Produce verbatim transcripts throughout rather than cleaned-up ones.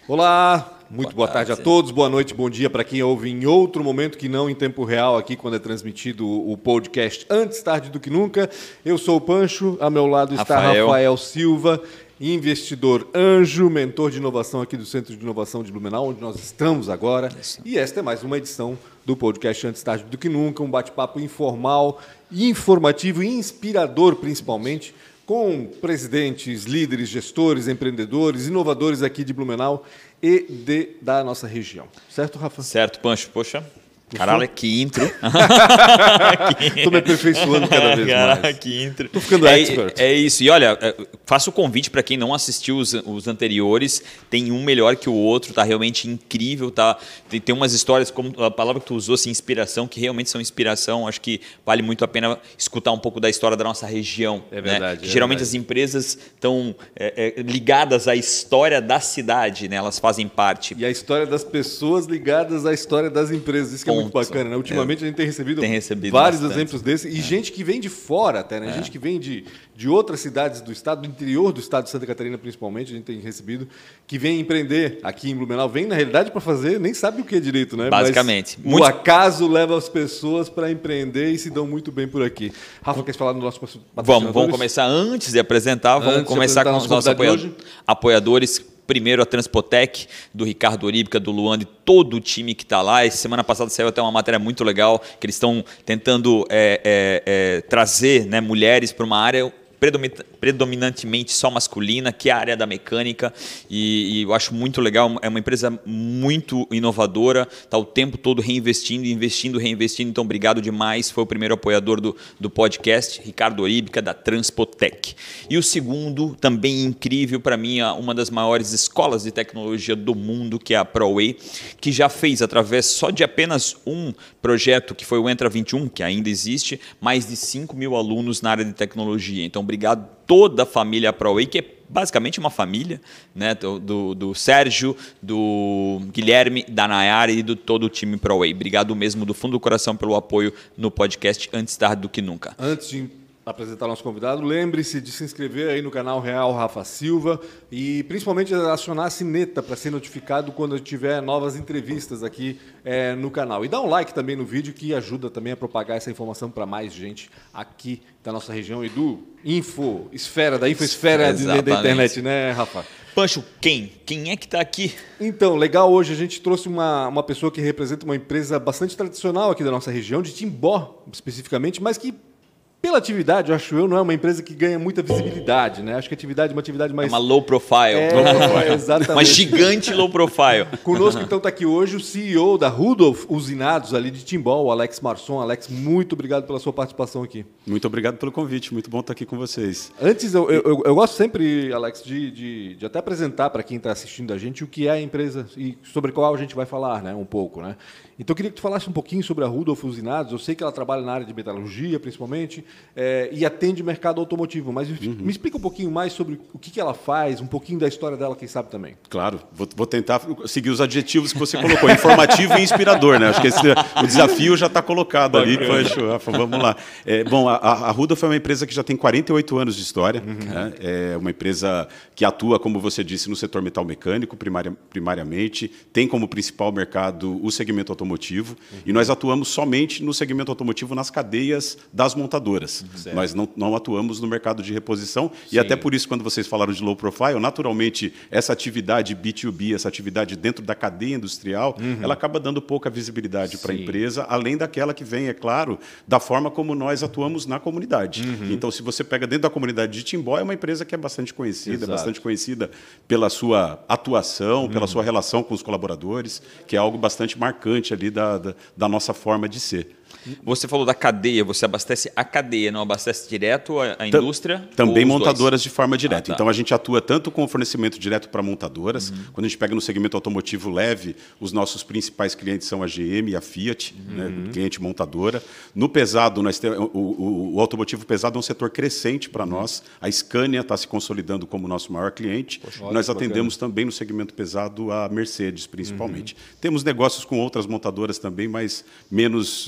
Olá, muito boa, boa tarde. tarde a todos, boa noite, bom dia para quem ouve em outro momento que não em tempo real aqui quando é transmitido o podcast Antes Tarde do Que Nunca. Eu sou o Pancho, ao meu lado está Rafael, Rafael Silva, investidor anjo, mentor de inovação aqui do Centro de Inovação de Blumenau, onde nós estamos agora. Isso. E esta é mais uma edição do podcast Antes Tarde do Que Nunca, um bate-papo informal, informativo e inspirador principalmente, com presidentes, líderes, gestores, empreendedores, inovadores aqui de Blumenau e de, da nossa região. Certo, Rafa? Certo, Pancho. Poxa, caralho, que intro. Estou me aperfeiçoando cada vez Caralho, mais. que intro. Estou ficando é, expert. É isso. E olha, faço o convite para quem não assistiu os, os anteriores. Tem um melhor que o outro. Tá realmente incrível. Tá? Tem, tem umas histórias, como a palavra que tu usou, assim, inspiração, que realmente são inspiração. Acho que vale muito a pena escutar um pouco da história da nossa região. É verdade. Né? É geralmente verdade. As empresas estão é, é, ligadas à história da cidade. Né? Elas fazem parte. E a história das pessoas ligadas à história das empresas. Isso que é muito bacana, né? Ultimamente é. a gente tem recebido, tem recebido vários bastante. exemplos desses. E é. gente que vem de fora até, né? É. Gente que vem de, de outras cidades do estado, do interior do estado de Santa Catarina principalmente, a gente tem recebido, que vem empreender aqui em Blumenau. Vem, na realidade, para fazer, nem sabe o que é direito, né? Basicamente. Mas muito... o acaso leva as pessoas para empreender e se dão muito bem por aqui. Rafa, quer falar do nosso patrocinador? Vamos, vamos começar antes de apresentar, vamos antes começar com os nossos apoia... apoiadores. Primeiro a Transpotec, do Ricardo Oríbica, do Luan, de todo o time que está lá. Essa semana passada saiu até uma matéria muito legal, que eles estão tentando é, é, é, trazer, né, mulheres para uma área predominantemente só masculina, que é a área da mecânica, e, e eu acho muito legal. É uma empresa muito inovadora, está o tempo todo reinvestindo, investindo, reinvestindo, então obrigado demais. Foi o primeiro apoiador do, do podcast, Ricardo Oríbica, da Transpotec. E o segundo, também incrível para mim, uma das maiores escolas de tecnologia do mundo, que é a ProWay, que já fez, através só de apenas um projeto, que foi o Entra vinte e um, que ainda existe, mais de cinco mil alunos na área de tecnologia. Então, obrigado toda a família ProWay, que é basicamente uma família, né? do, do, do Sérgio, do Guilherme, da Nayara e do todo o time ProWay. Obrigado mesmo do fundo do coração pelo apoio no podcast Antes Tarde do Que Nunca. Antes de apresentar nosso convidado, lembre-se de se inscrever aí no canal Real Rafa Silva e principalmente acionar a sineta para ser notificado quando tiver novas entrevistas aqui é, no canal. E dá um like também no vídeo, que ajuda também a propagar essa informação para mais gente aqui da nossa região e do info, esfera, da infosfera da internet, né, Rafa? Pancho, quem? Quem é que está aqui? Então, legal, hoje a gente trouxe uma, uma pessoa que representa uma empresa bastante tradicional aqui da nossa região, de Timbó especificamente, mas que pela atividade, eu acho eu, não é uma empresa que ganha muita visibilidade, né? Acho que a atividade é uma atividade mais... É uma low profile. É, low profile. Exatamente. Uma gigante low profile. Conosco, então, está aqui hoje o C E O da Rudolph Usinados, ali de Timbó, o Alex Marçom. Alex, muito obrigado pela sua participação aqui. Muito obrigado pelo convite, muito bom estar aqui com vocês. Antes, eu, eu, eu, eu gosto sempre, Alex, de, de, de até apresentar para quem está assistindo a gente o que é a empresa e sobre qual a gente vai falar, né? Um pouco, né? Então, eu queria que tu falasse um pouquinho sobre a Rudolph Usinados. Eu sei que ela trabalha na área de metalurgia, principalmente, é, e atende mercado automotivo. Mas uhum. me explica um pouquinho mais sobre o que, que ela faz, um pouquinho da história dela, quem sabe também. Claro, vou, vou tentar seguir os adjetivos que você colocou, informativo e inspirador, né? Acho que esse, o desafio já está colocado ali. Pancho, Rafa, vamos lá. É, bom, a, a Rudolph é uma empresa que já tem quarenta e oito anos de história. Uhum. Né? É uma empresa que atua, como você disse, no setor metal mecânico, primária, primariamente. Tem como principal mercado o segmento automotivo. Automotivo, uhum. E nós atuamos somente no segmento automotivo nas cadeias das montadoras. Uhum. Nós não, não atuamos no mercado de reposição. Sim. E até por isso, quando vocês falaram de low profile, naturalmente, essa atividade B dois B, essa atividade dentro da cadeia industrial, uhum. ela acaba dando pouca visibilidade para a empresa, além daquela que vem, é claro, da forma como nós atuamos na comunidade. Uhum. Então, se você pega dentro da comunidade de Timbó, é uma empresa que é bastante conhecida, Exato. é bastante conhecida pela sua atuação, uhum. pela sua relação com os colaboradores, que é algo bastante marcante ali da, da, da nossa forma de ser. Você falou da cadeia, você abastece a cadeia, não abastece direto a, a indústria? Também montadoras dois? de forma direta. Ah, tá. Então, a gente atua tanto com fornecimento direto para montadoras. Uhum. Quando a gente pega no segmento automotivo leve, os nossos principais clientes são a G M e a Fiat, uhum. né, cliente montadora. No pesado, nós temos, o, o, o automotivo pesado é um setor crescente para uhum. nós. A Scania está se consolidando como nosso maior cliente. Poxa, olha, nós atendemos bacana. também no segmento pesado a Mercedes, principalmente. Uhum. Temos negócios com outras montadoras também, mas menos volume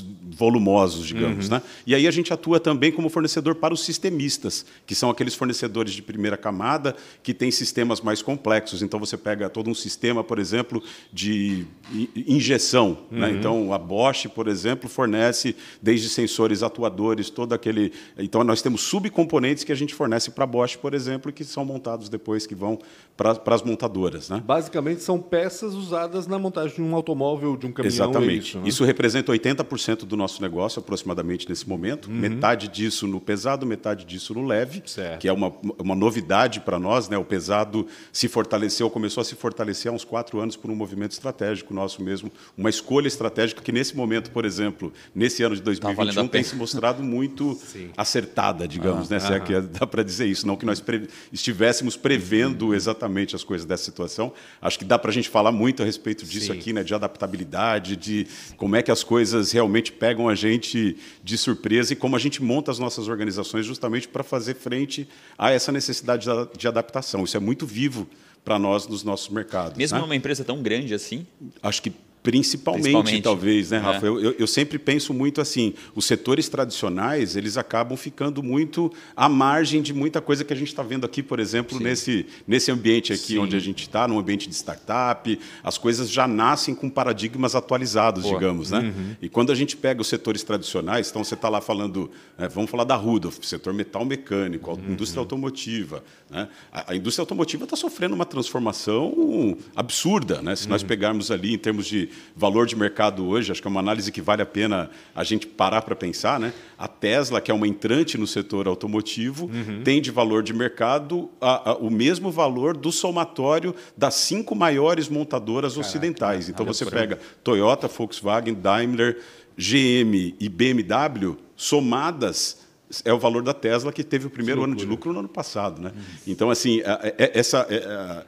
volumosos, digamos. Uhum. Né? E aí a gente atua também como fornecedor para os sistemistas, que são aqueles fornecedores de primeira camada que têm sistemas mais complexos. Então, você pega todo um sistema, por exemplo, de injeção. Uhum. Né? Então, a Bosch, por exemplo, fornece desde sensores, atuadores, todo aquele... Então, nós temos subcomponentes que a gente fornece para a Bosch, por exemplo, que são montados depois, que vão para, para as montadoras. Né? Basicamente, são peças usadas na montagem de um automóvel, de um caminhão. Exatamente. É isso, né? Isso representa oitenta por cento do nosso negócio, aproximadamente, nesse momento. Uhum. Metade disso no pesado, metade disso no leve, certo. Que é uma, uma novidade para nós. Né? O pesado se fortaleceu, começou a se fortalecer há uns quatro anos por um movimento estratégico nosso mesmo, uma escolha estratégica que, nesse momento, por exemplo, nesse ano de dois mil e vinte e um, tá tem se mostrado muito Sim. acertada, digamos, ah, né? Se é que dá para dizer isso. Não que nós pre estivéssemos prevendo uhum. exatamente as coisas dessa situação. Acho que dá para a gente falar muito a respeito disso Sim. aqui, né? De adaptabilidade, de como é que as coisas realmente pegam a gente de surpresa e como a gente monta as nossas organizações justamente para fazer frente a essa necessidade de adaptação. Isso é muito vivo para nós nos nossos mercados. Mesmo né? numa empresa tão grande assim? Acho que Principalmente, Principalmente, talvez, né, Rafa? É. Eu, eu, eu sempre penso muito assim, os setores tradicionais, eles acabam ficando muito à margem de muita coisa que a gente está vendo aqui, por exemplo, nesse, nesse ambiente aqui Sim. onde a gente está, num ambiente de startup, as coisas já nascem com paradigmas atualizados, Pô. digamos. Né? Uhum. E quando a gente pega os setores tradicionais, então você está lá falando, né, vamos falar da Rudolph, setor metal mecânico, uhum. indústria automotiva. Né? A, a indústria automotiva está sofrendo uma transformação absurda. Né? Se uhum. nós pegarmos ali em termos de valor de mercado hoje, acho que é uma análise que vale a pena a gente parar para pensar. Né? A Tesla, que é uma entrante no setor automotivo, uhum. tem de valor de mercado a, a, o mesmo valor do somatório das cinco maiores montadoras Caraca, ocidentais. Então, você pega Toyota, Volkswagen, Daimler, G M e B M W, somadas, é o valor da Tesla, que teve o primeiro ano de lucro no ano passado. Né? Uhum. Então, assim, é, é, essa... É,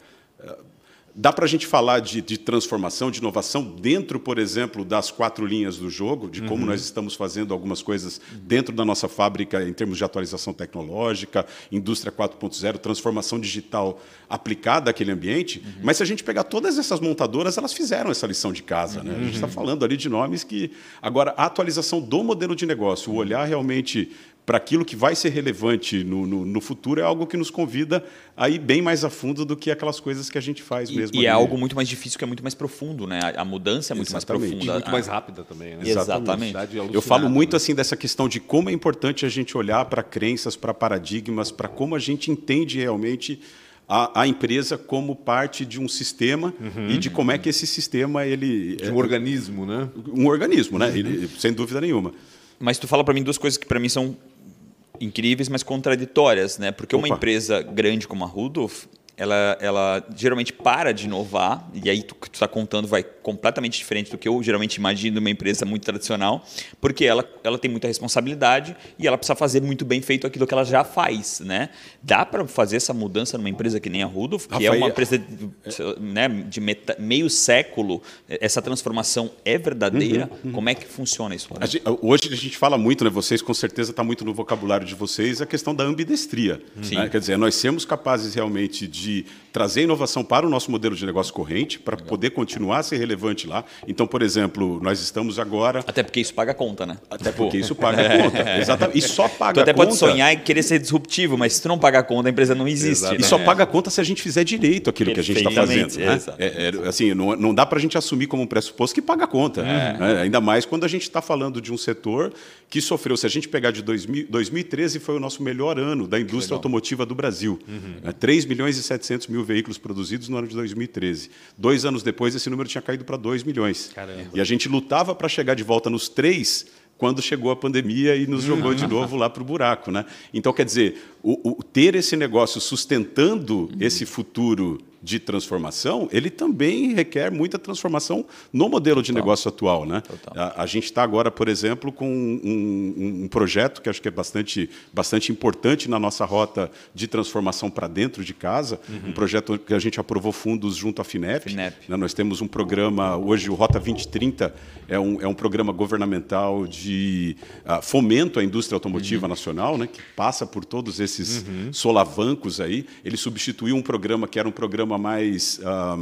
é, Dá para a gente falar de, de transformação, de inovação dentro, por exemplo, das quatro linhas do jogo, de como uhum. nós estamos fazendo algumas coisas dentro da nossa fábrica em termos de atualização tecnológica, indústria quatro ponto zero, transformação digital aplicada àquele ambiente. Uhum. Mas se a gente pegar todas essas montadoras, elas fizeram essa lição de casa. Uhum. Né? A gente está falando ali de nomes que... Agora, a atualização do modelo de negócio, o olhar realmente para aquilo que vai ser relevante no, no, no futuro é algo que nos convida a ir bem mais a fundo do que aquelas coisas que a gente faz e, mesmo. E ali. É algo muito mais difícil, que é muito mais profundo, né? A, a mudança é muito Exatamente. mais profunda. E muito mais rápida também. Né? Exatamente. Eu falo muito assim dessa questão de como é importante a gente olhar para crenças, para paradigmas, para como a gente entende realmente a, a empresa como parte de um sistema uhum. e de como é que esse sistema... ele De um é, organismo, né? Um organismo, né? Ele, sem dúvida nenhuma. Mas tu fala para mim duas coisas que para mim são incríveis, mas contraditórias, né? Porque Opa. uma empresa grande como a Rudolph, ela, ela geralmente para de inovar, e aí o que tu está contando vai completamente diferente do que eu geralmente imagino uma empresa muito tradicional, porque ela, ela tem muita responsabilidade e ela precisa fazer muito bem feito aquilo que ela já faz. Né? Dá para fazer essa mudança numa empresa que nem a Rudolph, que Rafael, é uma empresa de, né, de meta, meio século, essa transformação é verdadeira? Uhum, uhum. Como é que funciona isso? A gente, hoje a gente fala muito, né, vocês com certeza está muito no vocabulário de vocês, a questão da ambidestria. Né? Quer dizer, nós sermos capazes realmente de de trazer inovação para o nosso modelo de negócio corrente, para Legal. poder continuar a ser relevante lá. Então, por exemplo, nós estamos agora... Até porque isso paga a conta, né? Até porque isso paga a conta. É. Exatamente. E só paga tu até a conta... pode sonhar e querer ser disruptivo, mas se tu não pagar a conta, a empresa não existe. Né? E só paga a conta se a gente fizer direito aquilo que a gente está fazendo. Né? É, é, assim, não, não dá para a gente assumir como um pressuposto que paga a conta. É. Né? Ainda mais quando a gente está falando de um setor que sofreu... Se a gente pegar de dois mil, dois mil e treze, foi o nosso melhor ano da indústria automotiva do Brasil. Uhum. É, três milhões e setecentos mil veículos produzidos no ano de dois mil e treze. Dois anos depois, esse número tinha caído para dois milhões. Caramba. E a gente lutava para chegar de volta nos três quando chegou a pandemia e nos jogou de novo lá para o buraco. Né? Então, quer dizer, o, o, ter esse negócio sustentando uhum. esse futuro de transformação, ele também requer muita transformação no modelo Total. de negócio atual. Né? A, a gente está agora, por exemplo, com um, um, um projeto que acho que é bastante, bastante importante na nossa rota de transformação para dentro de casa, uhum. um projeto que a gente aprovou fundos junto à FINEP. FINEP. Né? Nós temos um programa, hoje o Rota vinte trinta é um, é um programa governamental de uh, fomento à indústria automotiva uhum. nacional, né? que passa por todos esses uhum. solavancos aí. Ele substituiu um programa que era um programa mais um,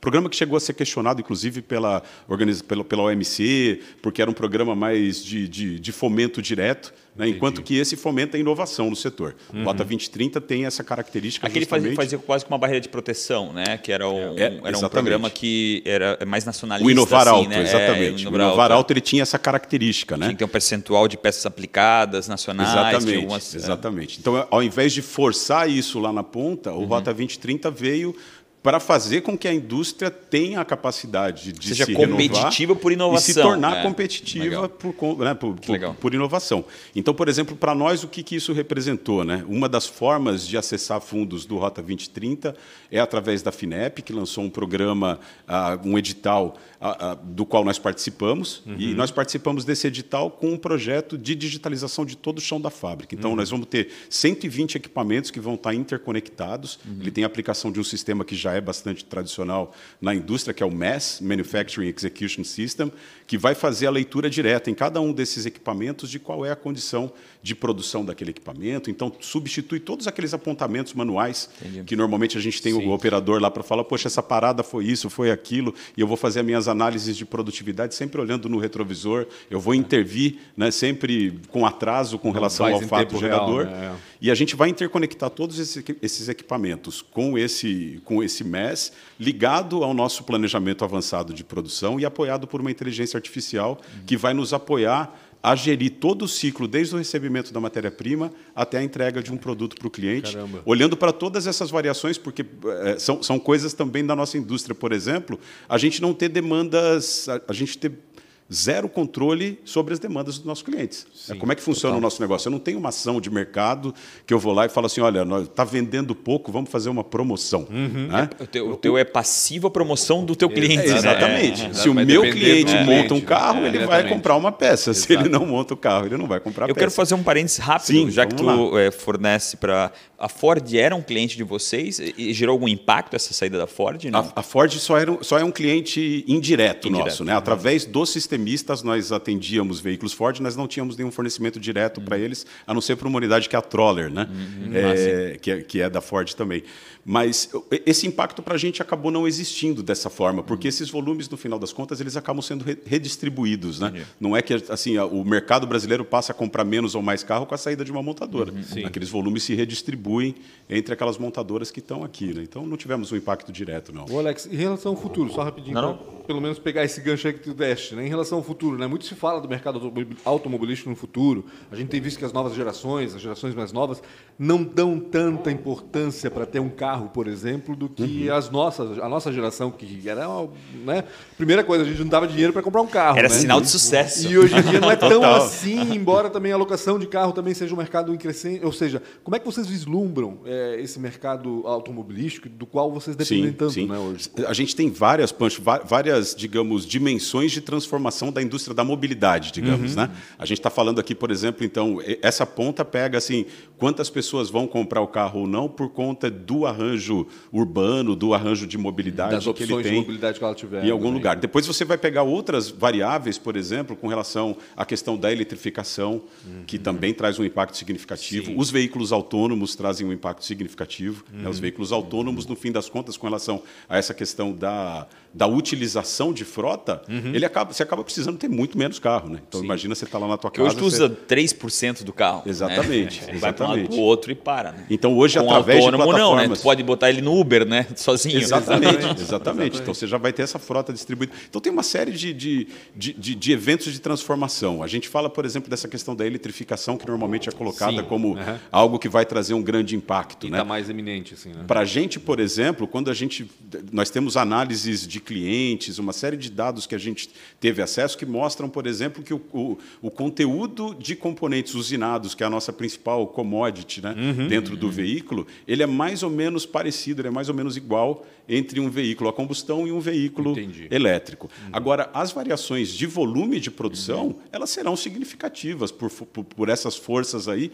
programa que chegou a ser questionado, inclusive, pela, pela, pela O M C, porque era um programa mais de, de, de fomento direto, né? Enquanto que esse fomenta a inovação no setor. Uhum. O Rota vinte e trinta tem essa característica. Aquele justamente... fazia, fazia quase que uma barreira de proteção, né? Que era um, é, era um programa que era mais nacionalista. O Inovar assim, Alto, né? exatamente. É, o Inovar, Inovar Alto ele tinha essa característica. Né? Tinha que ter um percentual de peças aplicadas, nacionais. Exatamente. Algumas, exatamente. É. Então, ao invés de forçar isso lá na ponta, o uhum. Rota vinte e trinta veio para fazer com que a indústria tenha a capacidade de Seja se competitiva por inovação. E se tornar é. competitiva por, né, por, por, por inovação. Então, por exemplo, para nós, o que, que isso representou? Né? Uma das formas de acessar fundos do Rota vinte e trinta é através da FINEP, que lançou um programa, uh, um edital uh, uh, do qual nós participamos. Uhum. E nós participamos desse edital com um projeto de digitalização de todo o chão da fábrica. Então, uhum. nós vamos ter cento e vinte equipamentos que vão estar interconectados. Uhum. Ele tem a aplicação de um sistema que já é bastante tradicional na indústria, que é o M E S, Manufacturing Execution System, que vai fazer a leitura direta em cada um desses equipamentos de qual é a condição de produção daquele equipamento. Então, substitui todos aqueles apontamentos manuais. Entendi. Que normalmente a gente tem Sim. o operador lá para falar, poxa, essa parada foi isso, foi aquilo, e eu vou fazer as minhas análises de produtividade sempre olhando no retrovisor, eu vou intervir, né, sempre com atraso com relação ao fato gerador. Real, né? E a gente vai interconectar todos esses equipamentos com esse, com esse M E S, ligado ao nosso planejamento avançado de produção e apoiado por uma inteligência artificial uhum. que vai nos apoiar a gerir todo o ciclo, desde o recebimento da matéria-prima até a entrega de um produto para o cliente, Caramba. olhando para todas essas variações, porque é, são, são coisas também da nossa indústria. Por exemplo, a gente não ter demandas, a, a gente ter zero controle sobre as demandas dos nossos clientes. Sim, Como é que funciona total. o nosso negócio? Eu não tenho uma ação de mercado que eu vou lá e falo assim, olha, está vendendo pouco, vamos fazer uma promoção. Uhum. Né? É, o, teu, o teu é passiva promoção do teu cliente. É, exatamente. É, é, Se o meu cliente monta um carro, é, ele vai comprar uma peça. Exato. Se ele não monta o carro, ele não vai comprar a eu peça. Eu quero fazer um parênteses rápido, Sim, já que tu é, fornece para... A Ford era um cliente de vocês e gerou algum impacto essa saída da Ford? Não? A, a Ford só, era, só é um cliente indireto, indireto nosso. Né? Através dos sistemistas, nós atendíamos veículos Ford, nós não tínhamos nenhum fornecimento direto uhum. para eles, a não ser para uma unidade que é a Troller, né? Uhum. É, ah, que, é, que é da Ford também. Mas esse impacto para a gente acabou não existindo dessa forma, porque uhum. esses volumes, no final das contas, eles acabam sendo re redistribuídos. Né? Uhum. Não é que assim, o mercado brasileiro passa a comprar menos ou mais carro com a saída de uma montadora. Uhum. Aqueles volumes se redistribuem entre aquelas montadoras que estão aqui. Né? Então, não tivemos um impacto direto, não. Ô Alex, em relação ao futuro, só rapidinho, não, não. Pra, pelo menos pegar esse gancho aí que tu deste, né? Em relação ao futuro, né? Muito se fala do mercado automobilístico no futuro. A gente tem visto que as novas gerações, as gerações mais novas, não dão tanta importância para ter um carro, por exemplo, do que uhum. as nossas, a nossa geração, que era, né? Primeira coisa, a gente não dava dinheiro para comprar um carro. Era né? sinal de sucesso. E hoje em dia não é tão assim, embora também a locação de carro também seja um mercado em crescente. Ou seja, como é que vocês vislumbram é, esse mercado automobilístico do qual vocês dependem sim, tanto, sim. né, hoje? A gente tem várias, Pancho, várias, digamos, dimensões de transformação da indústria da mobilidade, digamos, uhum. né? A gente está falando aqui, por exemplo, então, essa ponta pega assim, quantas pessoas vão comprar o carro ou não por conta do arranjo urbano, do arranjo de mobilidade das que ele tem de mobilidade que ela tiver em algum também. lugar. Depois você vai pegar outras variáveis, por exemplo, com relação à questão da eletrificação, uhum. que também traz um impacto significativo. Sim. Os veículos autônomos trazem um impacto significativo. Uhum. Né? Os veículos autônomos, no fim das contas, com relação a essa questão da, da utilização de frota, uhum. ele acaba, você acaba precisando ter muito menos carro. Né? Então, Sim. imagina você estar tá lá na tua casa... Hoje tu usa você... três por cento do carro. Exatamente. Né? Exatamente. Vai para um lado para o outro e para. Né? Então, hoje, com através autônomo, de plataformas... não, né? Tu pode botar ele no Uber, né? Sozinho. Exatamente. Exatamente. Exatamente. Então, você já vai ter essa frota distribuída. Então, tem uma série de, de, de, de, de eventos de transformação. A gente fala, por exemplo, dessa questão da eletrificação, que normalmente é colocada Sim. como uhum. algo que vai trazer um grande impacto. Está né? mais eminente. Assim, né? Para a gente, por exemplo, quando a gente... Nós temos análises de clientes, uma série de dados que a gente teve acesso que mostram, por exemplo, que o, o, o conteúdo de componentes usinados, que é a nossa principal commodity, né, uhum, dentro uhum. do veículo, ele é mais ou menos parecido, ele é mais ou menos igual entre um veículo a combustão e um veículo Entendi. elétrico. Uhum. Agora, as variações de volume de produção, uhum. elas serão significativas por, por, por essas forças aí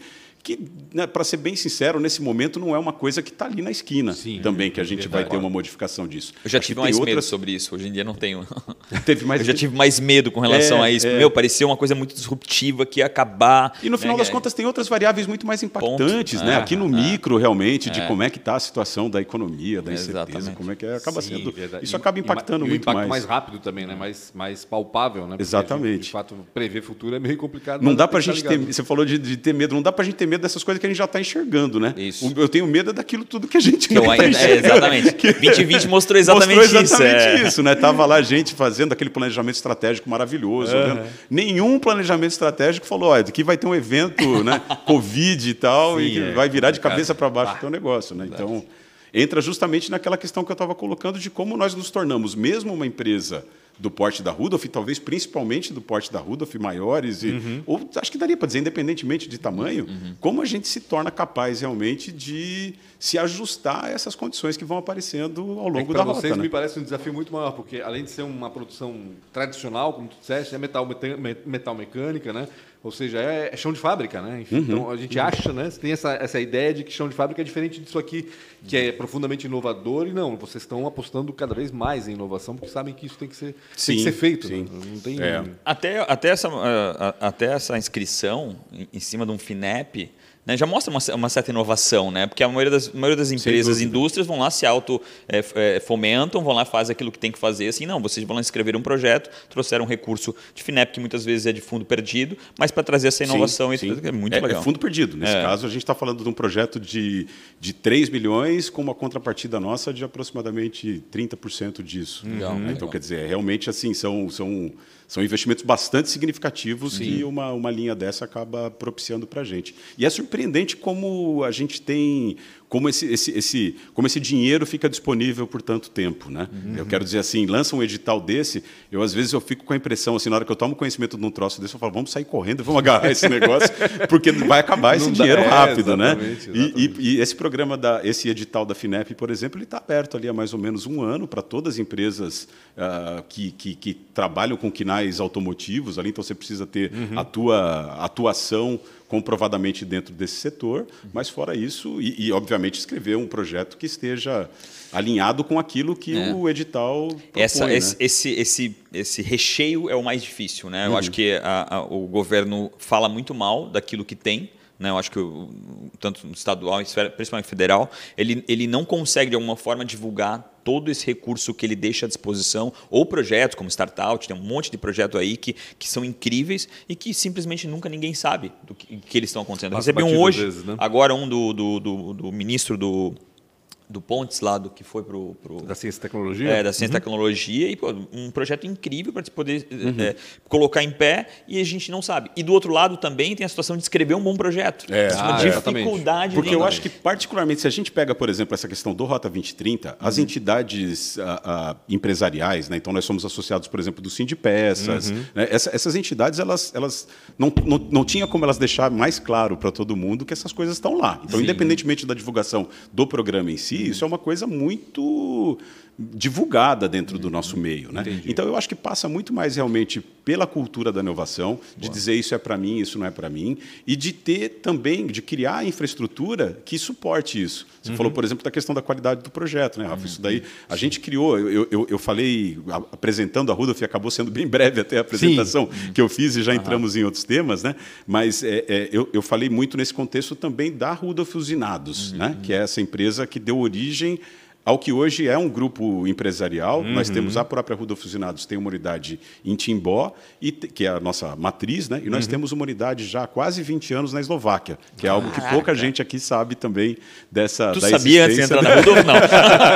que, né, para ser bem sincero, nesse momento não é uma coisa que está ali na esquina. Sim, também, que a gente verdade. vai ter uma modificação disso. Eu já Acho tive mais outras... medo sobre isso, hoje em dia não tenho. Teve mais Eu já tive mais medo com relação é, a isso. É. Meu, parecia uma coisa muito disruptiva que ia acabar. E no final né? das contas tem outras variáveis muito mais impactantes, Ponto. né? Ah, Aqui no ah, micro, realmente, de é. como é que está a situação da economia, da incerteza, Exatamente. como é que é, acaba Sim, sendo... Verdade. Isso acaba impactando e, e muito impacto mais. mais rápido também, né? mais, mais palpável. Né? Porque Exatamente. Gente, de fato, prever futuro é meio complicado. Não dá para a gente ter... Você falou de, de ter medo. Não dá para a gente ter medo dessas coisas que a gente já está enxergando, né? Isso. Eu tenho medo daquilo tudo que a gente que não está enxergando. É, exatamente. vinte e vinte mostrou exatamente, mostrou exatamente isso. isso, é. né? Tava lá a gente fazendo aquele planejamento estratégico maravilhoso. Uhum. Né? Nenhum planejamento estratégico falou, olha, aqui vai ter um evento, né? Covid e tal, Sim, e é, vai virar de cabeça para baixo o teu negócio, né? Então, entra justamente naquela questão que eu estava colocando de como nós nos tornamos, mesmo uma empresa do porte da Rudolph, talvez principalmente do porte da Rudolph, maiores, e, uhum. ou acho que daria para dizer, independentemente de tamanho, uhum. como a gente se torna capaz realmente de se ajustar a essas condições que vão aparecendo ao longo é da rota. Para vocês né? me parece um desafio muito maior, porque além de ser uma produção tradicional, como tu disseste, é metal, metal mecânica, né? Ou seja, é, é chão de fábrica, né? Enfim, uhum. Então a gente acha, né? Você tem essa, essa ideia de que chão de fábrica é diferente disso aqui, que é profundamente inovador, e não, vocês estão apostando cada vez mais em inovação, porque sabem que isso tem que ser, sim, tem que ser feito. Sim. Né? Não tem... é. até, até, essa, até essa inscrição em cima de um FINEP, né, já mostra uma, uma certa inovação, né? Porque a maioria das, a maioria das empresas, indústrias, vão lá, se auto é, é, fomentam, vão lá, fazem aquilo que tem que fazer. Assim, não, vocês vão lá escrever um projeto, trouxeram um recurso de FINEP, que muitas vezes é de fundo perdido, mas para trazer essa inovação, sim, sim. é muito é, legal. É fundo perdido. Nesse é. caso, a gente está falando de um projeto de, de três milhões com uma contrapartida nossa de aproximadamente trinta por cento disso. Legal, né? Então, legal. quer dizer, realmente assim, são... são São investimentos bastante significativos Sim. que uma, uma linha dessa acaba propiciando para a gente. E é surpreendente como a gente tem, como esse, esse, esse, como esse dinheiro fica disponível por tanto tempo. Né? Uhum. Eu quero dizer assim, lança um edital desse, eu às vezes eu fico com a impressão, assim, na hora que eu tomo conhecimento de um troço desse, eu falo, vamos sair correndo e vamos agarrar esse negócio, porque vai acabar esse Não dinheiro dá, rápido. É, exatamente, né? Exatamente. E, e, e esse programa, da, esse edital da FINEP, por exemplo, ele está aberto ali há mais ou menos um ano para todas as empresas uh, que, que, que trabalham com quinais automotivos ali, então você precisa ter uhum. a tua atuação comprovadamente dentro desse setor, mas fora isso, e, e obviamente escrever um projeto que esteja alinhado com aquilo que é. o edital propõe, Essa, né? esse, esse, esse, esse recheio é o mais difícil, né? Uhum. Eu acho que a, a, o governo fala muito mal daquilo que tem, né? Eu acho que o, tanto no estadual, principalmente federal, ele, ele não consegue de alguma forma divulgar todo esse recurso que ele deixa à disposição, ou projetos como Startout, tem um monte de projetos aí que, que são incríveis e que simplesmente nunca ninguém sabe do que, que eles estão acontecendo. Recebi um hoje, vezes, né? agora um do, do, do, do ministro do... do Pontes, lá do que foi para o... Da Ciência e Tecnologia? É, da Ciência e uhum. Tecnologia, e pô, um projeto incrível para poder uhum. é, colocar em pé, e a gente não sabe. E do outro lado também tem a situação de escrever um bom projeto. É, é uma ah, dificuldade. Porque de... eu acho que, particularmente, se a gente pega, por exemplo, essa questão do Rota vinte e trinta, uhum. as entidades a, a, empresariais, né? Então nós somos associados, por exemplo, do Sindipeças, uhum. né? Essa, essas entidades, elas, elas não, não, não tinha como elas deixar mais claro para todo mundo que essas coisas estão lá. Então, Sim. independentemente da divulgação do programa em si, isso é uma coisa muito divulgada dentro do nosso meio, né? Então eu acho que passa muito mais realmente pela cultura da inovação, de Boa. dizer isso é para mim, isso não é para mim, e de ter também, de criar a infraestrutura que suporte isso. Você uhum. falou, por exemplo, da questão da qualidade do projeto, né, Rafa? Uhum. Isso daí a gente criou, eu, eu, eu falei, apresentando a Rudolph, acabou sendo bem breve até a apresentação Sim. que eu fiz, e já entramos uhum. em outros temas, né? Mas é, é, eu, eu falei muito nesse contexto também da Rudolph Usinados, uhum. né? Que é essa empresa que deu origem ao que hoje é um grupo empresarial. Uhum. Nós temos a própria Rudolph Usinados, tem uma unidade em Timbó, e, que é a nossa matriz, né? E nós uhum. temos uma unidade já há quase vinte anos na Eslováquia, que é algo que Caraca. pouca gente aqui sabe também dessa tu da sabia antes de entrar na Rudolph? Não.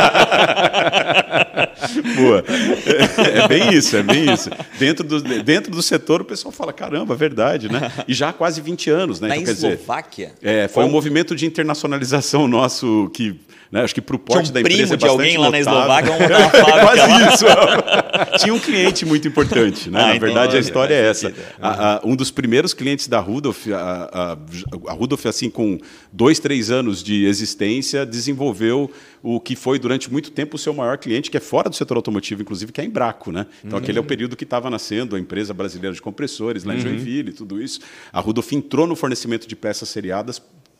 Boa. É, é bem isso, é bem isso. Dentro do, dentro do setor, o pessoal fala, caramba, é verdade, né? E já há quase vinte anos, né? Na então, Eslováquia? Quer dizer, é, foi Como? um movimento de internacionalização nosso que... Né, acho que para o porte da empresa é de alguém notável. lá na Eslováquia, vamos montar uma fábrica. Quase isso. Tinha um cliente muito importante. Né? Ah, na então, verdade, olha, a história é essa. A, a, um dos primeiros clientes da Rudolph, a, a, a Rudolph, assim, com dois, três anos de existência, desenvolveu o que foi, durante muito tempo, o seu maior cliente, que é fora do setor automotivo, inclusive, que é a Embraco. Né? Então, uhum. aquele é o período que estava nascendo a empresa brasileira de compressores, lá em uhum. Joinville, tudo isso. A Rudolph entrou no fornecimento de peças seriadas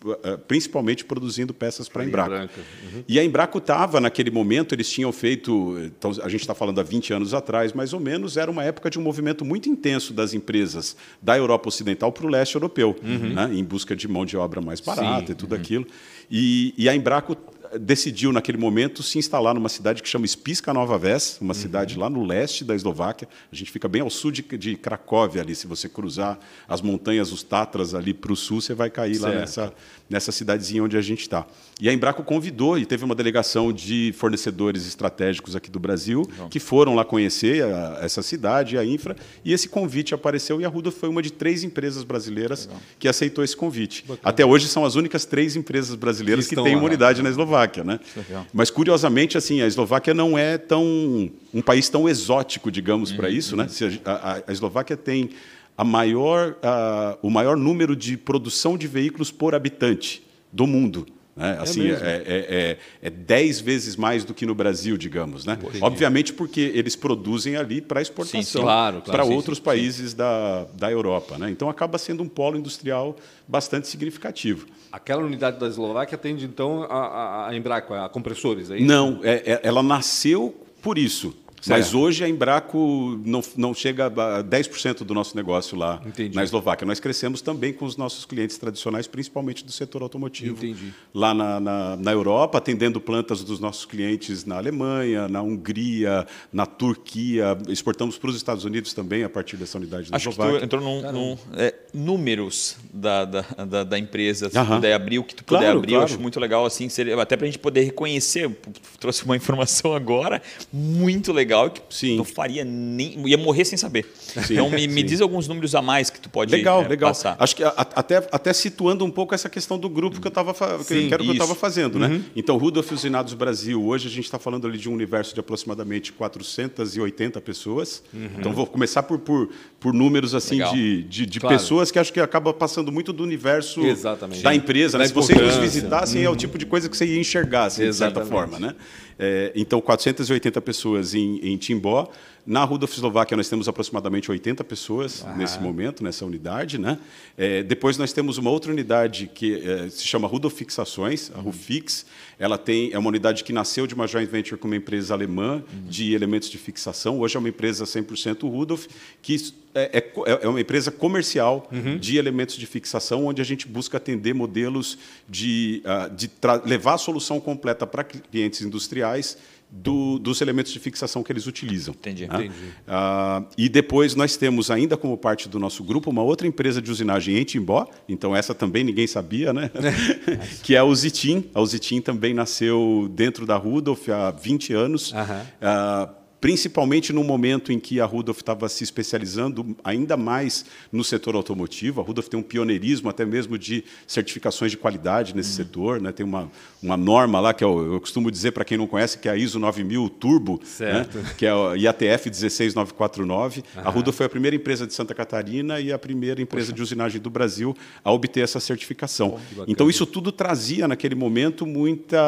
principalmente produzindo peças para a Embraco. Uhum. E a Embraco estava, naquele momento, eles tinham feito, então, a gente está falando há vinte anos atrás, mais ou menos, era uma época de um movimento muito intenso das empresas da Europa Ocidental para o leste europeu, uhum. né, em busca de mão de obra mais barata Sim. e tudo uhum. aquilo. E, e a Embraco decidiu, naquele momento, se instalar numa cidade que chama Spišská Nová Ves, uma uhum. cidade lá no leste da Eslováquia. A gente fica bem ao sul de, de Cracóvia, ali. Se você cruzar as montanhas, os Tatras, ali para o sul, você vai cair certo. lá nessa, nessa cidadezinha onde a gente está. E a Embraco convidou, e teve uma delegação de fornecedores estratégicos aqui do Brasil, Legal. que foram lá conhecer a, essa cidade, a infra, e esse convite apareceu, e a Rudolph foi uma de três empresas brasileiras Legal. que aceitou esse convite. Bacana. Até hoje são as únicas três empresas brasileiras que, que têm uma unidade na Eslováquia. Né? Mas, curiosamente, assim, a Eslováquia não é tão, um país tão exótico, digamos, uhum, para isso. Uhum. Né? A, a, a Eslováquia tem a maior, a, o maior número de produção de veículos por habitante do mundo. Né? Assim, é, é, é, é dez vezes mais do que no Brasil, digamos. Né? Obviamente porque eles produzem ali para exportação sim, sim. Claro, claro, para sim, outros sim, países sim. Da, da Europa. Né? Então, acaba sendo um polo industrial bastante significativo. Aquela unidade da Eslováquia atende, então, a, a Embraco, a compressores, é isso? Não, é, é, ela nasceu por isso. Certo. Mas hoje a Embraco não, não chega a dez por cento do nosso negócio lá Entendi. na Eslováquia. Nós crescemos também com os nossos clientes tradicionais, principalmente do setor automotivo. Entendi. Lá na, na, na Europa, atendendo plantas dos nossos clientes na Alemanha, na Hungria, na Turquia. Exportamos para os Estados Unidos também a partir dessa unidade da Acho Eslováquia. Que tu entrou num, num é, números da, da, da, da empresa. Se uh-huh. puder abrir o que tu puder claro, abrir, claro. eu acho muito legal. Assim, seria, até para a gente poder reconhecer. Trouxe uma informação agora muito legal. Legal que Sim. não faria nem ia morrer sem saber. Sim. Então me, me diz alguns números a mais que tu pode legal, é, legal. passar. Acho que a, até, até situando um pouco essa questão do grupo que eu estava que, Sim, que era o que eu estava fazendo, uhum. né? Então Rudolph Usinados Brasil hoje a gente está falando ali de um universo de aproximadamente quatrocentas e oitenta pessoas. Uhum. Então vou começar por, por, por números assim legal. de, de, de claro. pessoas que acho que acaba passando muito do universo Exatamente. da empresa. Né? Se vocês nos visitassem uhum. é o tipo de coisa que você ia enxergar assim, de certa forma, né? É, então, quatrocentas e oitenta pessoas em, em Timbó. Na Rudolph Eslováquia, nós temos aproximadamente oitenta pessoas ah. nesse momento, nessa unidade. Né? É, depois, nós temos uma outra unidade que é, se chama Rudolph Fixações, a Rufix. Ela tem, é uma unidade que nasceu de uma joint venture com uma empresa alemã uhum. de elementos de fixação. Hoje é uma empresa cem por cento Rudolph, que é, é, é uma empresa comercial uhum. de elementos de fixação, onde a gente busca atender modelos de, uh, de levar a solução completa para clientes industriais Do, dos elementos de fixação que eles utilizam. Entendi. Né? Entendi. Ah, e depois nós temos, ainda como parte do nosso grupo, uma outra empresa de usinagem em Timbó, então essa também ninguém sabia, né? que é a Usitim. A Usitim também nasceu dentro da Rudolph há vinte anos. Uhum. Ah, principalmente no momento em que a Rudolph estava se especializando ainda mais no setor automotivo. A Rudolph tem um pioneirismo até mesmo de certificações de qualidade nesse uhum. setor. Né? Tem uma, uma norma lá, que eu, eu costumo dizer, para quem não conhece, que é a ISO nove mil Turbo, né? que é a I A T F um seis nove quatro nove. Uhum. A Rudolph foi a primeira empresa de Santa Catarina e a primeira empresa Poxa. de usinagem do Brasil a obter essa certificação. Oh, então, isso tudo trazia, naquele momento, muita...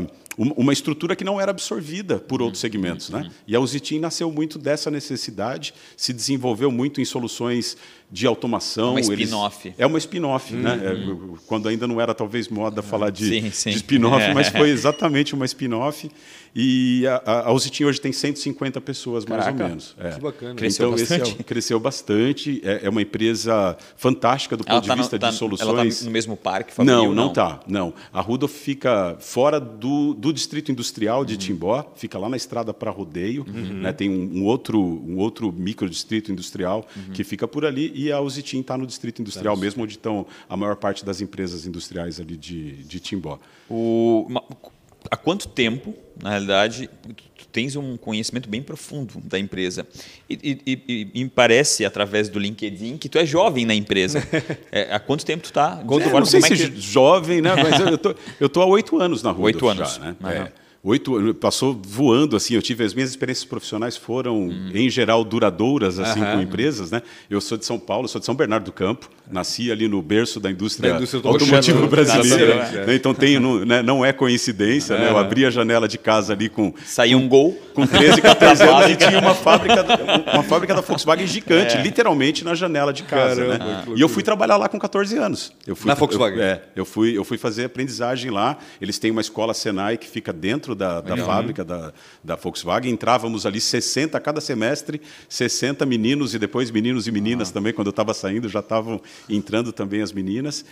uma estrutura que não era absorvida por outros segmentos. Uhum. Né? E a Usitim nasceu muito dessa necessidade, se desenvolveu muito em soluções de automação. Uma spin-off. Eles... É uma spin-off, uhum. né? É, quando ainda não era talvez moda falar de, sim, sim. de spin-off, é. mas foi exatamente uma spin-off. E a, a Usitim hoje tem cento e cinquenta pessoas, Caraca, mais ou menos. É. Que bacana. Cresceu então, bastante. Esse é, cresceu bastante. É, é uma empresa fantástica do ponto ela de tá vista no, tá, de soluções. Ela está no mesmo parque? Fabril, não, não está. Não. A Rudolph fica fora do, do distrito industrial de uhum. Timbó, fica lá na estrada para Rodeio. Uhum. Né? Tem um, um, outro, um outro microdistrito industrial uhum. que fica por ali. E a Usitim está no distrito industrial tá mesmo, onde estão a maior parte das empresas industriais ali de, de Timbó. O... Há quanto tempo, na realidade, tu tens um conhecimento bem profundo da empresa? E, e, e, e me parece, através do LinkedIn, que tu é jovem na empresa. É, há quanto tempo tu está? É, não sei se é que... jovem, né? Mas eu tô, eu tô há oito anos na Rudolph. Oito anos. Já, né? Uhum. É. Oito, passou voando, assim, eu tive, as minhas experiências profissionais foram, uhum. em geral, duradouras, assim, uhum. com empresas, né? Eu sou de São Paulo, sou de São Bernardo do Campo, nasci ali no berço da indústria, da indústria automotiva brasileira, né? Né? Então tem, não, né? não é coincidência, uhum. né? Eu abri a janela de casa ali com... Saiu um Gol. Com treze, quatorze anos e tinha uma fábrica, uma fábrica da Volkswagen gigante, é. literalmente na janela de casa, Caramba, né? Ah. E eu fui trabalhar lá com quatorze anos. Eu fui, na Volkswagen? Eu, é, eu fui, eu fui fazer aprendizagem lá, eles têm uma escola Senai que fica dentro da, da fábrica, Da, da Volkswagen, entrávamos ali sessenta a cada semestre, sessenta meninos e depois meninos e meninas ah. também, quando eu estava saindo, já estavam entrando também as meninas.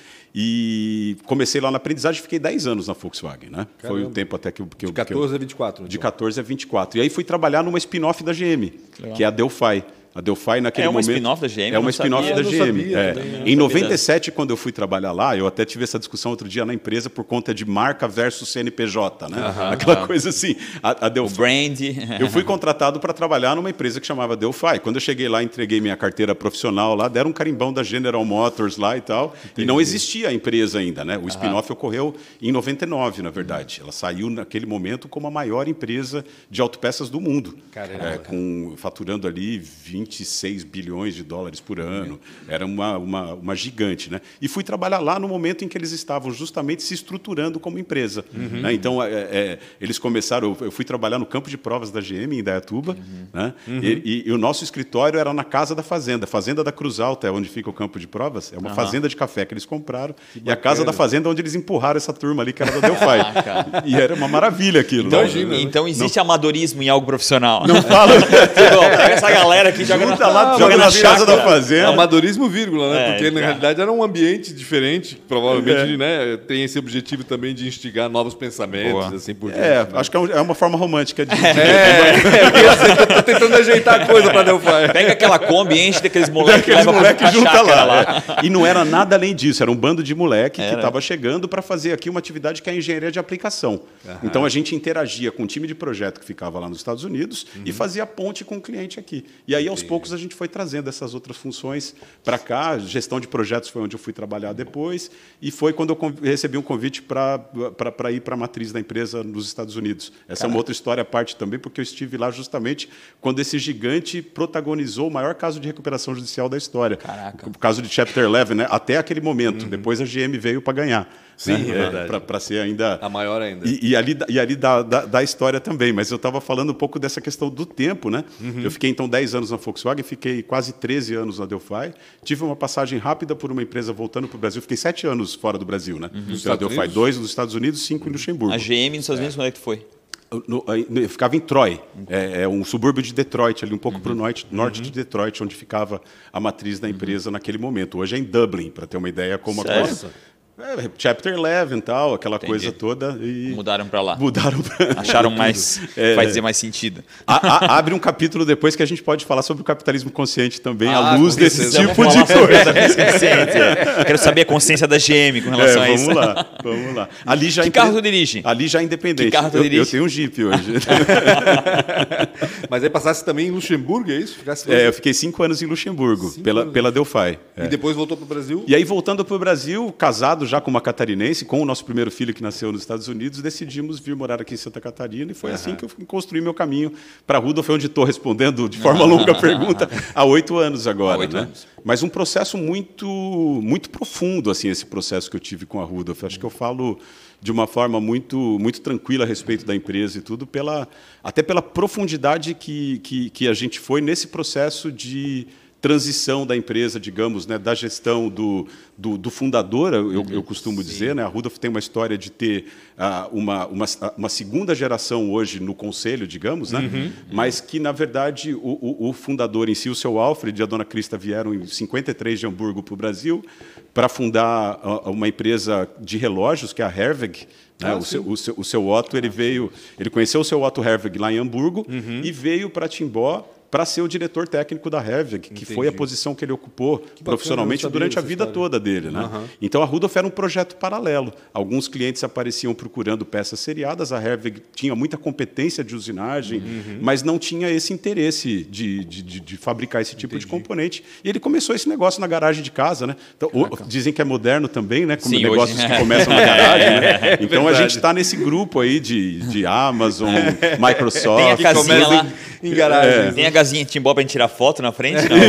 E comecei lá na aprendizagem, fiquei dez anos na Volkswagen, né? Caramba. Foi o tempo até que eu... Que de catorze eu, a vinte e quatro. Então. De catorze a vinte e quatro. E aí fui trabalhar numa spin-off da G M, que, que é a Delphi. A Delphi naquele é uma momento... spin-off da G M? É uma spin-off da G M. Sabia, é. Também, em noventa e sete, quando eu fui trabalhar lá, eu até tive essa discussão outro dia na empresa por conta de marca versus C N P J, né? Uh-huh, Aquela uh-huh. coisa assim. A, a Delphi, o brand. Eu fui contratado para trabalhar numa empresa que chamava Delphi. Quando eu cheguei lá, entreguei minha carteira profissional lá, deram um carimbão da General Motors lá e tal. Entendi. E não existia a empresa ainda, né? O spin-off uh-huh. ocorreu em noventa e nove, na verdade. Ela saiu naquele momento como a maior empresa de autopeças do mundo. Caramba, é, com, faturando ali vinte e seis bilhões de dólares por ano. Era uma, uma, uma gigante, né? E fui trabalhar lá no momento em que eles estavam justamente se estruturando como empresa. Uhum. Né? Então, é, é, eles começaram... Eu fui trabalhar no campo de provas da G M, em Indaiatuba, uhum. né? Uhum. E, e, e o nosso escritório era na casa da fazenda. Fazenda da Cruz Alta é onde fica o campo de provas. É uma uhum. fazenda de café que eles compraram. Que e bacana. A casa da fazenda onde eles empurraram essa turma ali, que era da Delphi. Ah, e era uma maravilha aquilo. Então, Imagina, né? Então existe não. amadorismo em algo profissional. Não fala. Pega essa galera aqui, joga na, lá, ah, joga na casa da fazenda. Amadorismo, vírgula, né? É, Porque, na já. realidade, era um ambiente diferente. Provavelmente, é. né? Tem esse objetivo também de instigar novos pensamentos, Boa. assim por diante. É, né? acho que é uma forma romântica de... É, é, tô tentando ajeitar a coisa para Delphi. Pega aquela Kombi, enche daqueles moleques Aqueles moleques junta lá. lá. É. E não era nada além disso, era um bando de moleque era. que estava chegando para fazer aqui uma atividade que é a engenharia de aplicação. Aham. Então, a gente interagia com o time de projeto que ficava lá nos Estados Unidos uhum. e fazia ponte com o cliente aqui. E aí, aos Entendi. poucos, a gente foi trazendo essas outras funções para cá. Gestão de projetos foi onde eu fui trabalhar depois. E foi quando eu recebi um convite para ir para a matriz da empresa nos Estados Unidos. Essa Caraca. é uma outra história à parte também, porque eu estive lá justamente quando esse gigante protagonizou o maior caso de recuperação judicial da história. Caraca. O caso de Chapter eleven, né? Até aquele momento. Uhum. Depois a G M veio para ganhar. Sim, né? é verdade. Para ser ainda... A maior ainda. E, e ali, e ali da, da, da história também. Mas eu estava falando um pouco dessa questão do tempo, né? Uhum. Eu fiquei, então, dez anos na Volkswagen, fiquei quase treze anos na Delphi. Tive uma passagem rápida por uma empresa voltando para o Brasil. Fiquei sete anos fora do Brasil, né? Uhum. Pela Delphi. Unidos? Dois nos Estados Unidos, cinco uhum. em Luxemburgo. A G M nos Estados Unidos, é. quando é que foi? No, eu ficava em Troy, é, é um subúrbio de Detroit, ali um pouco uhum. para o norte, norte uhum. de Detroit, onde ficava a matriz da empresa uhum. naquele momento. Hoje é em Dublin, para ter uma ideia como Sério? a coisa... É, Chapter eleven, tal, aquela Entendi. coisa toda. E mudaram para lá. Mudaram pra... Acharam mais. É, vai dizer mais sentido. A, a, abre um capítulo depois que a gente pode falar sobre o capitalismo consciente também, ah, à luz desse tipo vamos de coisa. É. Quero saber a consciência da G M com relação é, a isso. Vamos lá, vamos lá. Ali já que empre... carro tu dirige? Ali já independente. Que carro tu eu, dirige? Eu tenho um Jeep hoje. Mas aí passasse também em Luxemburgo, é isso? Ficasse é, eu fiquei cinco anos em Luxemburgo, cinco pela, anos. pela Delphi. É. E depois voltou para o Brasil? E aí, voltando para o Brasil, casado já com uma catarinense, com o nosso primeiro filho que nasceu nos Estados Unidos, decidimos vir morar aqui em Santa Catarina e foi uhum. assim que eu construí meu caminho para a Rudolph, onde estou respondendo de forma longa a pergunta há oito anos agora. Há oito né? anos. Mas um processo muito, muito profundo, assim, esse processo que eu tive com a Rudolph. Acho que eu falo de uma forma muito, muito tranquila a respeito da empresa e tudo, pela, até pela profundidade que, que, que a gente foi nesse processo de transição da empresa, digamos, né, da gestão do, do, do fundador, eu, eu costumo Sim. dizer, né, a Rudolph tem uma história de ter uh, uma, uma, uma segunda geração hoje no conselho, digamos, né, uhum. mas que, na verdade, o, o, o fundador em si, o seu Alfred e a dona Crista vieram em cinquenta e três de Hamburgo para o Brasil para fundar uma empresa de relógios, que é a Herweg. Ah, o, seu, o, seu, o seu Otto, ele veio, ele conheceu o seu Otto Herweg lá em Hamburgo uhum. e veio para Timbó para ser o diretor técnico da Herweg, que Entendi. foi a posição que ele ocupou que profissionalmente durante a vida história. toda dele. Né? Uhum. Então, a Rudolph era um projeto paralelo. Alguns clientes apareciam procurando peças seriadas, a Herweg tinha muita competência de usinagem, uhum. mas não tinha esse interesse de, de, de, de fabricar esse tipo Entendi. de componente. E ele começou esse negócio na garagem de casa. Né? Então, o, dizem que é moderno também, né? como Sim, negócios hoje... que começam na garagem. Né? É, então, verdade. a gente está nesse grupo aí de, de Amazon, Microsoft... Tem a casinha lá em garagem. É. Tem a gazinha Timbó para a gente tirar foto na frente? Não.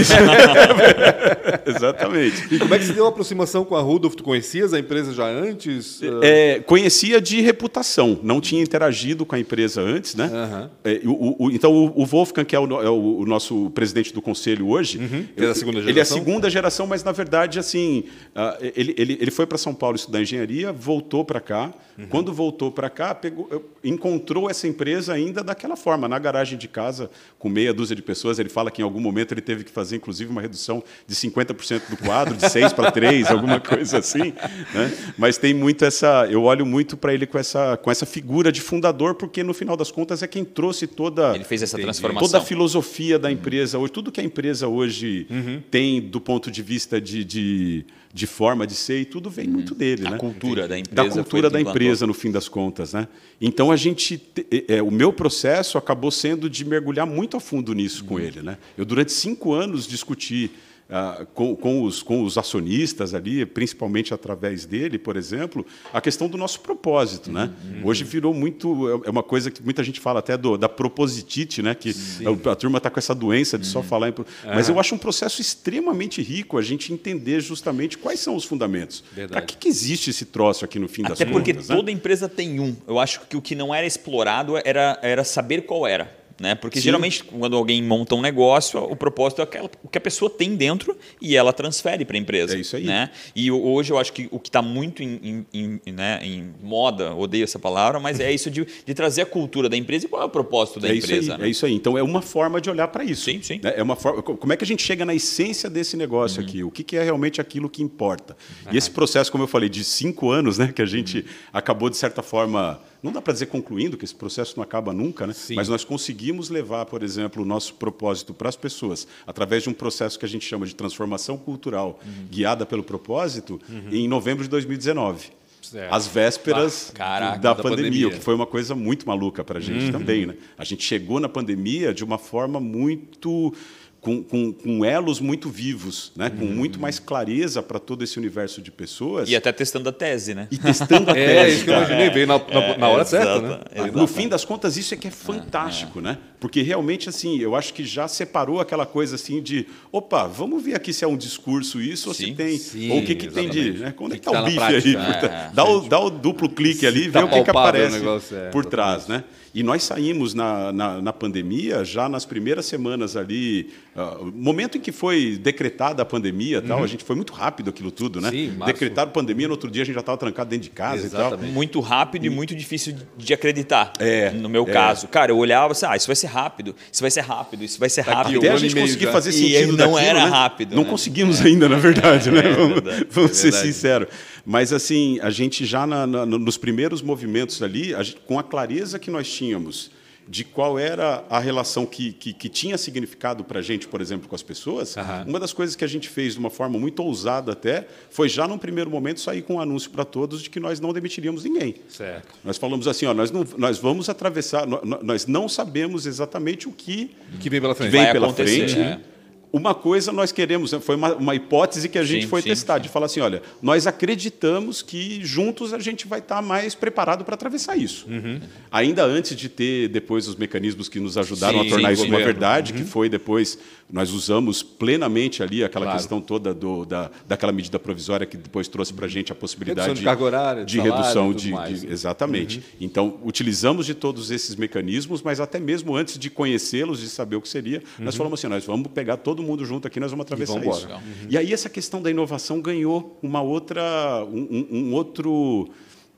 Exatamente. E como é que você deu a aproximação com a Rudolph? Tu conhecias a empresa já antes? É, conhecia de reputação, não tinha interagido com a empresa antes. Né? Uhum. É, o, o, então, o, o Wolfgang, que é, o, é o, o nosso presidente do conselho hoje, uhum. ele é a segunda geração? Ele é a segunda geração, mas, na verdade, assim, uh, ele, ele, ele foi para São Paulo estudar engenharia, voltou para cá. Uhum. Quando voltou para cá, pegou, encontrou essa empresa ainda daquela forma, na garagem de casa, com meia dúzia de pessoas. Ele fala que em algum momento ele teve que fazer, inclusive, uma redução de cinquenta por cento do quadro, de seis para três, alguma coisa assim. Né? Mas tem muito essa... Eu olho muito para ele com essa, com essa figura de fundador, porque, no final das contas, é quem trouxe toda... Ele fez essa transformação. Toda a filosofia da empresa hoje. Tudo que a empresa hoje uhum. tem do ponto de vista de... de de forma de ser, e tudo vem muito dele. A né? cultura da empresa. Da cultura da empresa, no fim das contas. Né? Então, a gente, é, o meu processo acabou sendo de mergulhar muito a fundo nisso uhum. com ele. Né? Eu, durante cinco anos, discuti Uh, com, com, os, com os acionistas ali, principalmente através dele, por exemplo, a questão do nosso propósito. Né? Uhum. Hoje virou muito... É uma coisa que muita gente fala até do, da propositite, né? que a, a turma está com essa doença de uhum. só falar... Em, mas uhum. eu acho um processo extremamente rico a gente entender justamente quais são os fundamentos. Para que, que existe esse troço aqui no fim até das contas? Até porque né? toda empresa tem um. Eu acho que o que não era explorado era, era saber qual era. Né? Porque, Sim. geralmente, quando alguém monta um negócio, o propósito é aquela, o que a pessoa tem dentro e ela transfere para a empresa. É isso aí. Né? E hoje eu acho que o que está muito em, em, em, né, em moda, odeio essa palavra, mas é isso de, de trazer a cultura da empresa. E qual é o propósito da é empresa? Isso aí, né? É isso aí. Então, é uma forma de olhar para isso. Sim, sim. É uma forma, como é que a gente chega na essência desse negócio uhum. aqui? O que é realmente aquilo que importa? Uhum. E esse processo, como eu falei, de cinco anos, né, que a gente uhum. acabou, de certa forma... Não dá para dizer concluindo, que esse processo não acaba nunca, né? Mas nós conseguimos levar, por exemplo, o nosso propósito para as pessoas, através de um processo que a gente chama de transformação cultural, uhum. guiada pelo propósito, uhum. em novembro de dois mil e dezenove. Certo. Às vésperas ah, caraca, da, da pandemia, pandemia, o que foi uma coisa muito maluca para a gente uhum. também. Né? A gente chegou na pandemia de uma forma muito... Com, com, com elos muito vivos, né? com muito mais clareza para todo esse universo de pessoas. E até testando a tese, né? E testando a tese. É, isso que eu imaginei, veio na, na, na hora é, certa. Exato, né? Exato. No fim das contas, isso é que é fantástico, é, é. né? Porque realmente, assim, eu acho que já separou aquela coisa assim de opa, vamos ver aqui se é um discurso isso, sim, ou se tem. Sim, ou o que, que tem de. Né? Quando é que está o bife aí? É, dá, o, dá o duplo clique ali e vê o que, que aparece negócio, é, por trás, né? E nós saímos na, na, na pandemia, já nas primeiras semanas ali, uh, momento em que foi decretada a pandemia, tal, uhum. a gente foi muito rápido aquilo tudo, né? Sim, decretaram a pandemia, no outro dia a gente já estava trancado dentro de casa. Exatamente. E tal. Muito rápido e, e muito difícil de acreditar, é, no meu é. caso. Cara, eu olhava assim, ah, isso vai ser rápido, isso vai ser rápido, isso vai ser tá rápido. Até a gente conseguir já. fazer sentido e não daquilo, era né? rápido. Não né? conseguimos é. ainda, na verdade, né? É, vamos é verdade, vamos é ser verdade. sinceros. Mas, assim, a gente já na, na, nos primeiros movimentos ali, a gente, com a clareza que nós tínhamos de qual era a relação que, que, que tinha significado para a gente, por exemplo, com as pessoas, uhum. uma das coisas que a gente fez de uma forma muito ousada até, foi já num primeiro momento sair com um anúncio para todos de que nós não demitiríamos ninguém. Certo. Nós falamos assim, ó, nós, não, nós vamos atravessar, nós não sabemos exatamente o que, que vem pela frente. Que vem Vai pela acontecer, frente é. Uma coisa nós queremos, foi uma, uma hipótese que a gente sim, foi sim, testar, sim. de falar assim, olha, nós acreditamos que juntos a gente vai estar mais preparado para atravessar isso. Uhum. Ainda antes de ter depois os mecanismos que nos ajudaram sim, a tornar sim, isso uma verdade, uhum. que foi depois, nós usamos plenamente ali aquela claro. questão toda do, da, daquela medida provisória que depois trouxe para a gente a possibilidade redução de carga horária, de, de salário, redução de, mais, de exatamente. Uhum. Então, utilizamos de todos esses mecanismos, mas até mesmo antes de conhecê-los, de saber o que seria, uhum. nós falamos assim, nós vamos pegar todo mundo junto aqui, nós vamos atravessar isso. Uhum. E aí essa questão da inovação ganhou uma outra, um, um outro,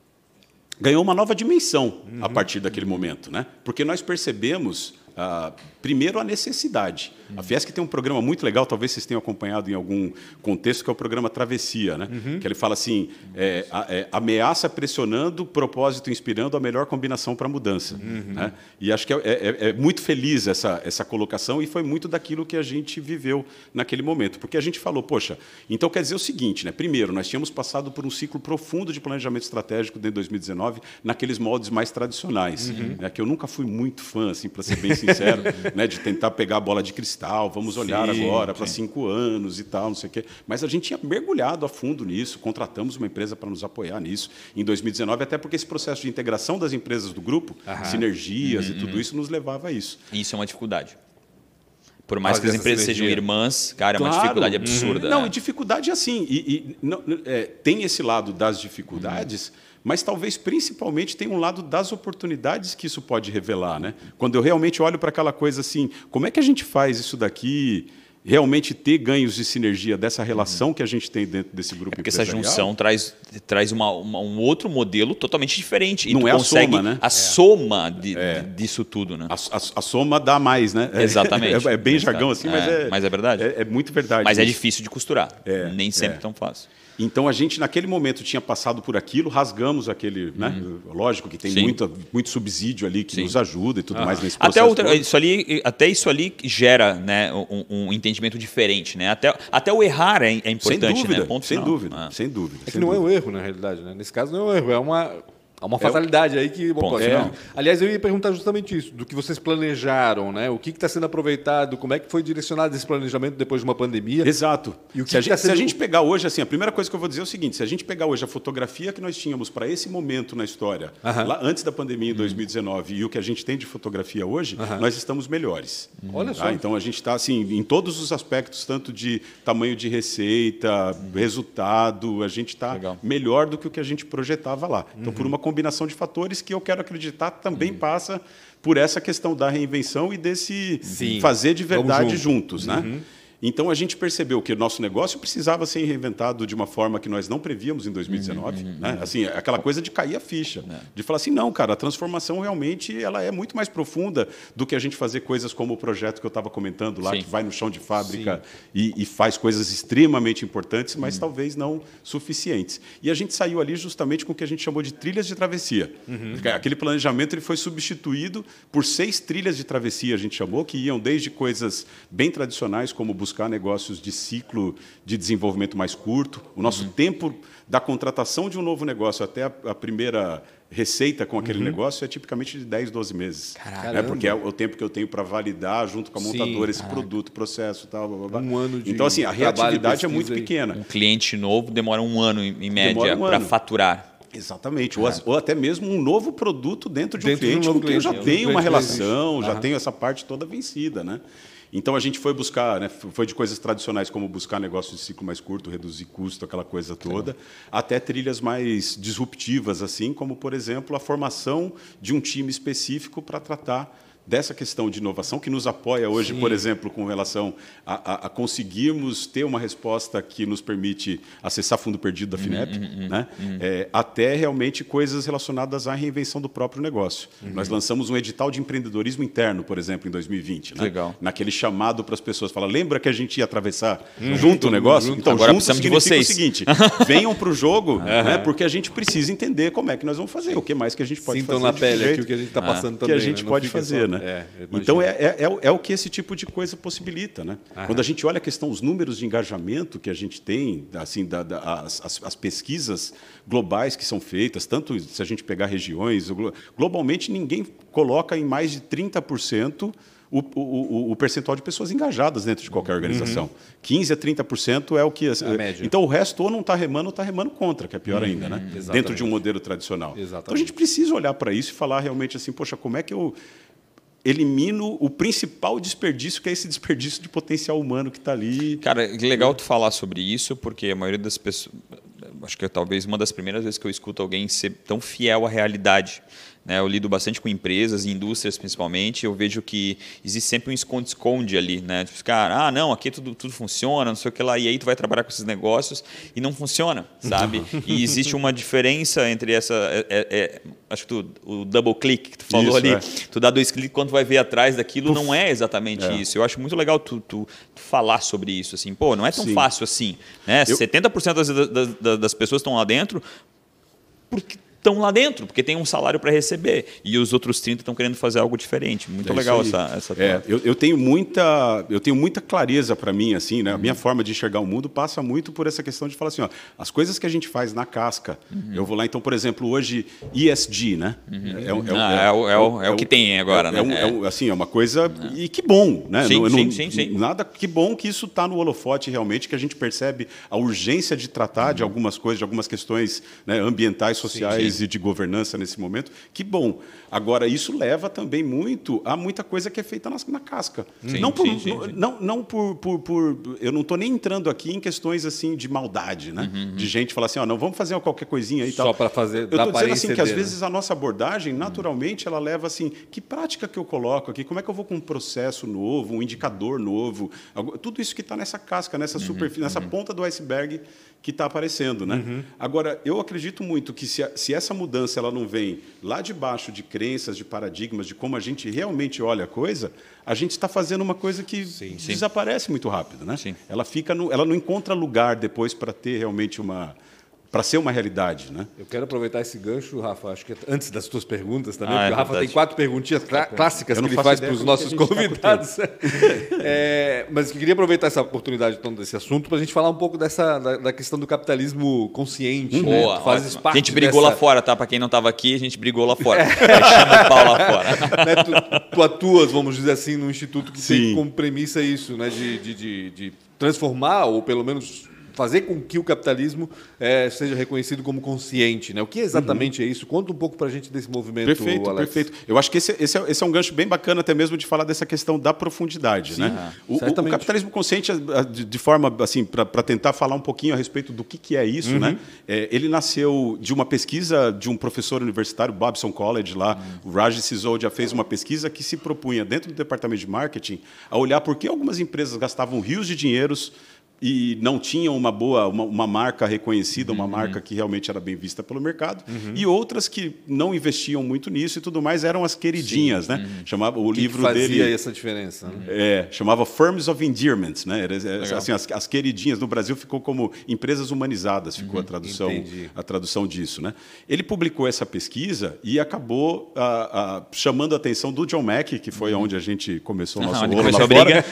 ganhou uma nova dimensão uhum. a partir daquele momento, né? Porque nós percebemos, ah, primeiro, a necessidade. A Fiesc tem um programa muito legal, talvez vocês tenham acompanhado em algum contexto, que é o programa Travessia, né? Uhum. Que ele fala assim, é, é, ameaça pressionando, propósito inspirando, a melhor combinação para a mudança. Uhum. Né? E acho que é, é, é muito feliz essa, essa colocação, e foi muito daquilo que a gente viveu naquele momento. Porque a gente falou, poxa, então quer dizer o seguinte, né? Primeiro, nós tínhamos passado por um ciclo profundo de planejamento estratégico desde dois mil e dezenove, naqueles moldes mais tradicionais, uhum. né? Que eu nunca fui muito fã, assim, para ser bem sincero, né? De tentar pegar a bola de cristal, vamos olhar sim, agora para cinco anos e tal, não sei o quê. Mas a gente tinha mergulhado a fundo nisso, contratamos uma empresa para nos apoiar nisso em dois mil e dezenove, até porque esse processo de integração das empresas do grupo, Aham. sinergias uhum. e tudo isso, nos levava a isso. Isso é uma dificuldade. Por mais Fazer que as empresas sejam irmãs, cara, claro. é uma dificuldade absurda. Não, né? e dificuldade é assim. E, e, não, é, tem esse lado das dificuldades, uhum. mas talvez principalmente tem um lado das oportunidades que isso pode revelar. Né? Quando eu realmente olho para aquela coisa assim, como é que a gente faz isso daqui realmente ter ganhos de sinergia dessa relação uhum. que a gente tem dentro desse grupo é porque essa junção traz, traz uma, uma, um outro modelo totalmente diferente. E não tu é consegue a soma, né? A é. soma de, é. de, disso tudo. Né? A, a, a soma dá mais, né? Exatamente. É, é bem jargão assim, mas é, é, mas é verdade. É, é muito verdade. Mas isso. é difícil de costurar. É, Nem sempre é. tão fácil. Então, a gente, naquele momento, tinha passado por aquilo, rasgamos aquele... Uhum. Né? Lógico que tem muita, muito subsídio ali que Sim. nos ajuda e tudo ah. mais nesse processo. Até, outra, isso ali, até isso ali gera né, um, um entendimento diferente. Né? Até, até o errar é, é importante. Sem dúvida, né? Ponto sem, final. dúvida Ah. sem dúvida. É que sem não dúvida. é um erro, na realidade. Né? Nesse caso, não é um erro, é uma... Há uma fatalidade aí que... Bom, pode, é. né? Aliás, eu ia perguntar justamente isso, do que vocês planejaram, né? O que está sendo aproveitado, como é que foi direcionado esse planejamento depois de uma pandemia. Exato. E o que se, a que gente, tá sendo... se a gente pegar hoje, assim, a primeira coisa que eu vou dizer é o seguinte, se a gente pegar hoje a fotografia que nós tínhamos para esse momento na história, uh-huh. lá antes da pandemia em dois mil e dezenove, e o que a gente tem de fotografia hoje, uh-huh. nós estamos melhores. Uhum. Olha só. Tá? Então, a gente está, assim, em todos os aspectos, tanto de tamanho de receita, uhum. resultado, a gente está melhor do que o que a gente projetava lá. Então, uhum. por uma combinação de fatores que eu quero acreditar também uhum. passa por essa questão da reinvenção e desse Sim. fazer de verdade juntos. Né? Uhum. Então, a gente percebeu que o nosso negócio precisava ser reinventado de uma forma que nós não prevíamos em dois mil e dezenove. Uhum. Né? Assim, aquela coisa de cair a ficha. É. De falar assim, não, cara, a transformação realmente ela é muito mais profunda do que a gente fazer coisas como o projeto que eu estava comentando lá, Sim. que vai no chão de fábrica e, e faz coisas extremamente importantes, mas uhum. talvez não suficientes. E a gente saiu ali justamente com o que a gente chamou de trilhas de travessia. Uhum. Aquele planejamento ele foi substituído por seis trilhas de travessia, a gente chamou, que iam desde coisas bem tradicionais, como buscar buscar negócios de ciclo de desenvolvimento mais curto. O nosso uhum. tempo da contratação de um novo negócio até a, a primeira receita com aquele uhum. negócio é tipicamente de dez, doze meses. Caramba. É porque é o tempo que eu tenho para validar junto com a montadora Sim, esse caraca. produto, processo, tal, blá, blá, blá. Um ano de Então assim, a reatividade é muito aí. pequena. Um cliente novo demora um ano em média um para faturar. Exatamente, ou, ou até mesmo um novo produto dentro de um dentro cliente de um com quem eu já cliente. tenho uma relação, existe. já Uhum. tenho essa parte toda vencida, né? Então, a gente foi buscar, né, foi de coisas tradicionais, como buscar negócios de ciclo mais curto, reduzir custo, aquela coisa toda, Sim. até trilhas mais disruptivas, assim, como, por exemplo, a formação de um time específico para tratar dessa questão de inovação, que nos apoia hoje, Sim. por exemplo, com relação a, a, a conseguirmos ter uma resposta que nos permite acessar fundo perdido da FINEP, uhum, uhum, né? uhum. É, até realmente coisas relacionadas à reinvenção do próprio negócio. Uhum. Nós lançamos um edital de empreendedorismo interno, por exemplo, em dois mil e vinte. Né? Legal. Naquele chamado para as pessoas, fala, lembra que a gente ia atravessar uhum. junto o negócio? Junto. Então, Agora junto precisamos de significa vocês. o seguinte, venham para o jogo, uhum. né? Porque a gente precisa entender como é que nós vamos fazer, o que mais que a gente pode Sintam fazer. na pele aqui o que a gente está passando ah. também. Que a gente né? pode fazer, só... né? É, então, é, é, é, é o que esse tipo de coisa possibilita. Né? Quando a gente olha a questão, os números de engajamento que a gente tem, assim, da, da, as, as, as pesquisas globais que são feitas, tanto se a gente pegar regiões, globalmente ninguém coloca em mais de trinta por cento o, o, o percentual de pessoas engajadas dentro de qualquer organização. Uhum. quinze a trinta por cento é o que... A média. Então, o resto ou não está remando ou está remando contra, que é pior uhum. ainda, né? Dentro de um modelo tradicional. Exatamente. Então, a gente precisa olhar para isso e falar realmente assim, poxa, como é que eu elimino o principal desperdício, que é esse desperdício de potencial humano que está ali. Cara, é legal tu falar sobre isso, porque a maioria das pessoas... Acho que é talvez uma das primeiras vezes que eu escuto alguém ser tão fiel à realidade. né? Eu lido bastante com empresas, indústrias principalmente, eu vejo que existe sempre um esconde-esconde ali, né? Tipo, cara, ah, não, aqui tudo, tudo funciona, não sei o que lá, e aí tu vai trabalhar com esses negócios e não funciona, sabe? E existe uma diferença entre essa, é, é, é, acho que tu, o double click que tu falou isso, ali, é. Tu dá dois cliques, quando tu vai ver atrás daquilo, Uf. não é exatamente é. isso. Eu acho muito legal tu, tu, tu falar sobre isso, assim, pô, não é tão Sim. fácil assim, né? Eu... setenta por cento das, das, das pessoas estão lá dentro porque estão lá dentro, porque tem um salário para receber, e os outros trinta estão querendo fazer algo diferente. Muito é legal essa, essa é, eu, eu tenho muita eu tenho muita clareza para mim, assim, né? Uhum. A minha forma de enxergar o mundo passa muito por essa questão de falar assim, ó, as coisas que a gente faz na casca, uhum. eu vou lá, então, por exemplo, hoje, E S G, né? Uhum. É, é, ah, é, é, o, é, o, é o que tem agora, é, né? É, um, é. Um, assim, é uma coisa, uhum. e que bom, né? Sim, não, sim, não, sim, sim. Nada, que bom que isso está no holofote realmente, que a gente percebe a urgência de tratar uhum. de algumas coisas, de algumas questões, né, ambientais, sociais sim, sim. e de governança nesse momento, que bom. Agora, isso leva também muito a muita coisa que é feita na, na casca. Sim, não por, sim, sim, sim. Não, não por, por, por... Eu não estou nem entrando aqui em questões assim de maldade, né? Uhum. De gente falar assim, ó, não, vamos fazer qualquer coisinha aí e tal. Só para fazer... Eu estou dizendo assim, que às vezes a nossa abordagem, naturalmente, ela leva assim, que prática que eu coloco aqui? Como é que eu vou com um processo novo, um indicador novo? Tudo isso que está nessa casca, nessa uhum, superfície, nessa uhum. ponta do iceberg que está aparecendo, né? Uhum. Agora, eu acredito muito que se, a, se essa mudança ela não vem lá de baixo de crenças, de paradigmas, de como a gente realmente olha a coisa, a gente está fazendo uma coisa que sim, sim. desaparece muito rápido, né? Sim. Ela fica, no, ela não encontra lugar depois para ter realmente uma para ser uma realidade, né? Eu quero aproveitar esse gancho, Rafa, acho que antes das tuas perguntas também, ah, porque é o Rafa verdade. tem quatro perguntinhas clá clássicas que ele faz para os nossos convidados. Tá é, mas eu queria aproveitar essa oportunidade então, desse assunto para a gente falar um pouco dessa, da, da questão do capitalismo consciente. Hum, né? boa, Fazes parte a gente brigou dessa... lá fora, tá? Para quem não estava aqui, a gente brigou lá fora. Fechamos o pau lá fora. né? tu, tu atuas, vamos dizer assim, num instituto que Sim. tem como premissa isso, né? de, de, de, de transformar, ou pelo menos... fazer com que o capitalismo é, seja reconhecido como consciente, né? O que exatamente uhum. é isso? Conta um pouco para a gente desse movimento, perfeito, Alex. Perfeito. Eu acho que esse, esse, é, esse é um gancho bem bacana até mesmo de falar dessa questão da profundidade, Sim, né? O, o capitalismo consciente, de, de forma assim, para tentar falar um pouquinho a respeito do que, que é isso, uhum. né? É, ele nasceu de uma pesquisa de um professor universitário, Babson College, lá, uhum. o Raj Sisodia fez uma pesquisa que se propunha dentro do departamento de marketing a olhar por que algumas empresas gastavam rios de dinheiros e não tinham uma boa uma, uma marca reconhecida, uma uhum. marca que realmente era bem vista pelo mercado, uhum. e outras que não investiam muito nisso e tudo mais eram as queridinhas, Sim. né? Uhum. Chamava o, o livro que fazia dele essa diferença, né? é, chamava Firms of Endearment, né? Era, assim, as, as queridinhas no Brasil ficou como empresas humanizadas, ficou uhum. a tradução Entendi. a tradução disso, né? Ele publicou essa pesquisa e acabou a, a, chamando a atenção do John Mackey, que foi uhum. onde a gente começou o nosso rolo lá fora. Briga.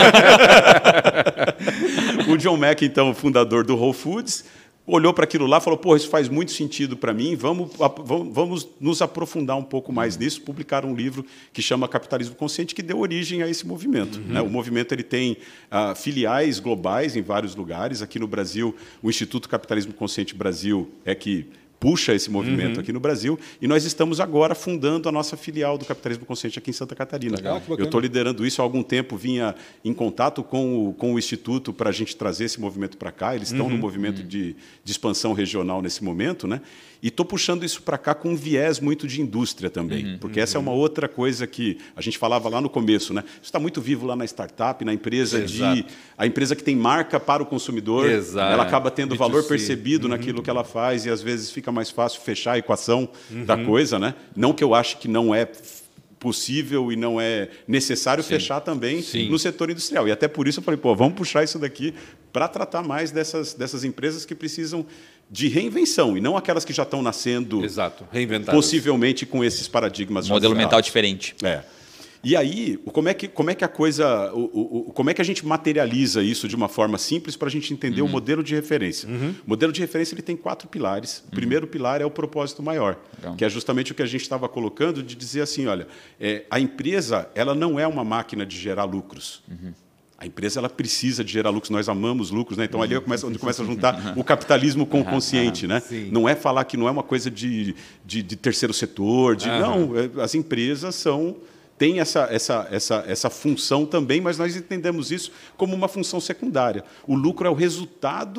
O John Mackey, então, fundador do Whole Foods, olhou para aquilo lá e falou, pô, isso faz muito sentido para mim, vamos, vamos, vamos nos aprofundar um pouco mais uhum. nisso, publicar um livro que chama Capitalismo Consciente, que deu origem a esse movimento. Uhum. Né? O movimento ele tem uh, filiais globais em vários lugares. Aqui no Brasil, o Instituto Capitalismo Consciente Brasil é que puxa esse movimento uhum. aqui no Brasil, e nós estamos agora fundando a nossa filial do Capitalismo Consciente aqui em Santa Catarina. Legal, eu estou liderando isso há algum tempo, vinha em contato com o, com o Instituto para a gente trazer esse movimento para cá, eles estão uhum. no movimento uhum. de, de expansão regional nesse momento, né? E estou puxando isso para cá com um viés muito de indústria também, uhum. porque essa é uma outra coisa que a gente falava lá no começo, né? Isso está muito vivo lá na startup, na empresa Exato. de a empresa que tem marca para o consumidor, Exato. ela acaba tendo B dois C. valor percebido uhum. naquilo que ela faz e às vezes fica mais fácil fechar a equação uhum. da coisa, né? Não que eu ache que não é possível e não é necessário Sim. fechar também Sim. no setor industrial. E até por isso eu falei, pô, vamos puxar isso daqui para tratar mais dessas, dessas empresas que precisam de reinvenção e não aquelas que já estão nascendo Exato. Reinventadas. Possivelmente com esses paradigmas. Modelo mental diferente. É. E aí, como é que, como é que a coisa, o, o, como é que a gente materializa isso de uma forma simples para a gente entender uhum. o modelo de referência? Uhum. O modelo de referência ele tem quatro pilares. O uhum. primeiro pilar é o propósito maior, Legal. que é justamente o que a gente estava colocando de dizer assim, olha, é, a empresa ela não é uma máquina de gerar lucros. Uhum. A empresa ela precisa de gerar lucros, nós amamos lucros, né? Então ali eu começo, onde começa a juntar o capitalismo com o consciente. Né? Não é falar que não é uma coisa de, de, de terceiro setor, de, uhum. não, é, as empresas são... tem essa, essa, essa, essa função também, mas nós entendemos isso como uma função secundária. O lucro é o resultado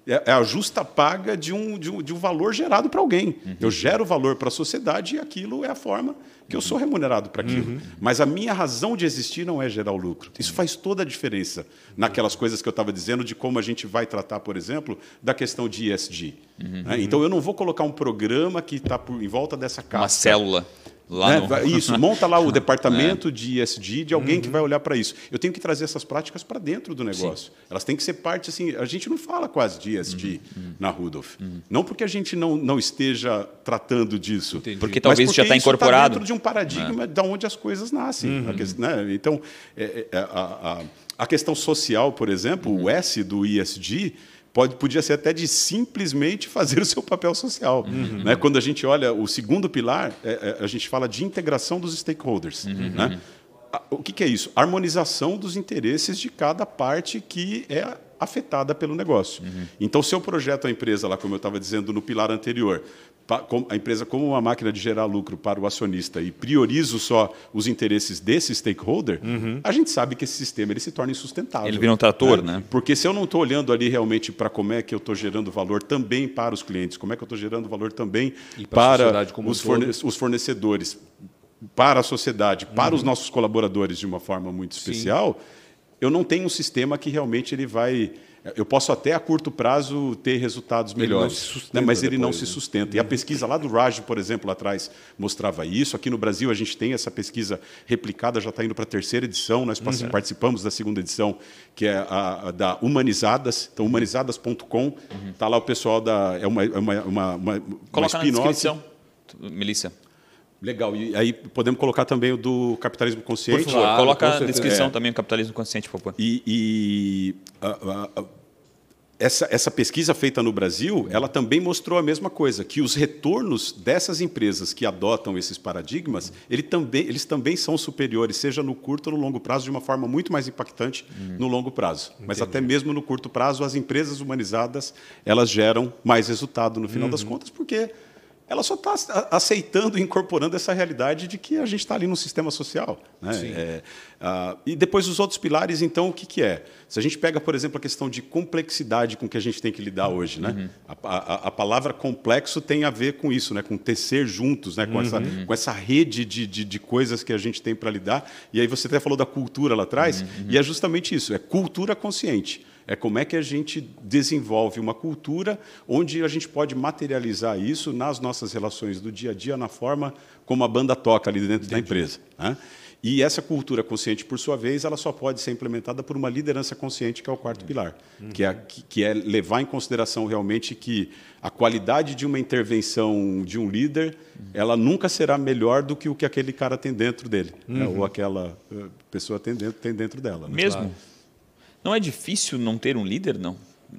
é a justa paga de um, de um, de um valor gerado para alguém. Uhum. Eu gero valor para a sociedade e aquilo é a forma que eu sou remunerado para aquilo. Uhum. Mas a minha razão de existir não é gerar o lucro. Isso faz toda a diferença naquelas coisas que eu estava dizendo de como a gente vai tratar, por exemplo, da questão de E S G. Uhum. Né? Então, eu não vou colocar um programa que está em volta dessa casa. Uma célula. Lá né? no... Isso, monta lá o departamento é. de E S G de alguém uhum. que vai olhar para isso. Eu tenho que trazer essas práticas para dentro do negócio. Sim. Elas têm que ser parte, assim, a gente não fala quase de E S G uhum. na Rudolph. Uhum. Não porque a gente não, não esteja tratando disso. Entendi. Porque talvez isso já está incorporado. Tá dentro de um paradigma é. de onde as coisas nascem. Uhum. A questão, né? Então, é, é, a, a, a questão social, por exemplo, uhum. o S do E S G... Pode, podia ser até de simplesmente fazer o seu papel social. Uhum. Né? Quando a gente olha o segundo pilar, é, é, a gente fala de integração dos stakeholders. Uhum. Né? O que, que é isso? Harmonização dos interesses de cada parte que é afetada pelo negócio. Uhum. Então, se eu projeto a empresa, lá, como eu estava dizendo no pilar anterior, a empresa como uma máquina de gerar lucro para o acionista e priorizo só os interesses desse stakeholder, uhum. a gente sabe que esse sistema ele se torna insustentável. Ele vira um trator, né? né? Porque se eu não estou olhando ali realmente para como é que eu estou gerando valor também para os clientes, como é que eu estou gerando valor também e para, para os, forne os fornecedores, para a sociedade, para uhum. os nossos colaboradores de uma forma muito especial, sim. eu não tenho um sistema que realmente ele vai... Eu posso até a curto prazo ter resultados melhores, né? Mas ele depois, não se sustenta. Né? E a pesquisa lá do Raj, por exemplo, lá atrás, mostrava isso. Aqui no Brasil a gente tem essa pesquisa replicada, já está indo para a terceira edição. Nós uhum. participamos da segunda edição, que é a, a da Humanizadas. Então, humanizadas ponto com. Está uhum. lá o pessoal da... É uma, uma, uma, uma, Coloca uma na descrição, Melissa. Legal. E aí podemos colocar também o do capitalismo consciente. Por favor, ah, coloca na descrição é. também o capitalismo consciente, por favor. E, e a, a, a, essa, essa pesquisa feita no Brasil, ela também mostrou a mesma coisa, que os retornos dessas empresas que adotam esses paradigmas, ele também, eles também são superiores, seja no curto ou no longo prazo, de uma forma muito mais impactante hum. no longo prazo. Entendi. Mas até mesmo no curto prazo, as empresas humanizadas, elas geram mais resultado no final uhum. das contas, porque... ela só está aceitando e incorporando essa realidade de que a gente está ali no sistema social. Né? É, uh, e depois os outros pilares, então, o que, que é? Se a gente pega, por exemplo, a questão de complexidade com que a gente tem que lidar hoje, né? Uhum. a, a, a palavra complexo tem a ver com isso, né? Com tecer juntos, né? com, uhum. essa, com essa rede de, de, de coisas que a gente tem para lidar. E aí você até falou da cultura lá atrás, uhum. e é justamente isso, é cultura consciente. É como é que a gente desenvolve uma cultura onde a gente pode materializar isso nas nossas relações do dia a dia, na forma como a banda toca ali dentro Entendi. da empresa. Né? E essa cultura consciente, por sua vez, ela só pode ser implementada por uma liderança consciente, que é o quarto uhum. pilar, uhum. Que, é, que, que é levar em consideração realmente que a qualidade de uma intervenção de um líder, uhum. ela nunca será melhor do que o que aquele cara tem dentro dele, uhum. né? Ou aquela pessoa tem dentro, tem dentro dela. Né? Mesmo? Claro. Não é difícil não ter um líder, não?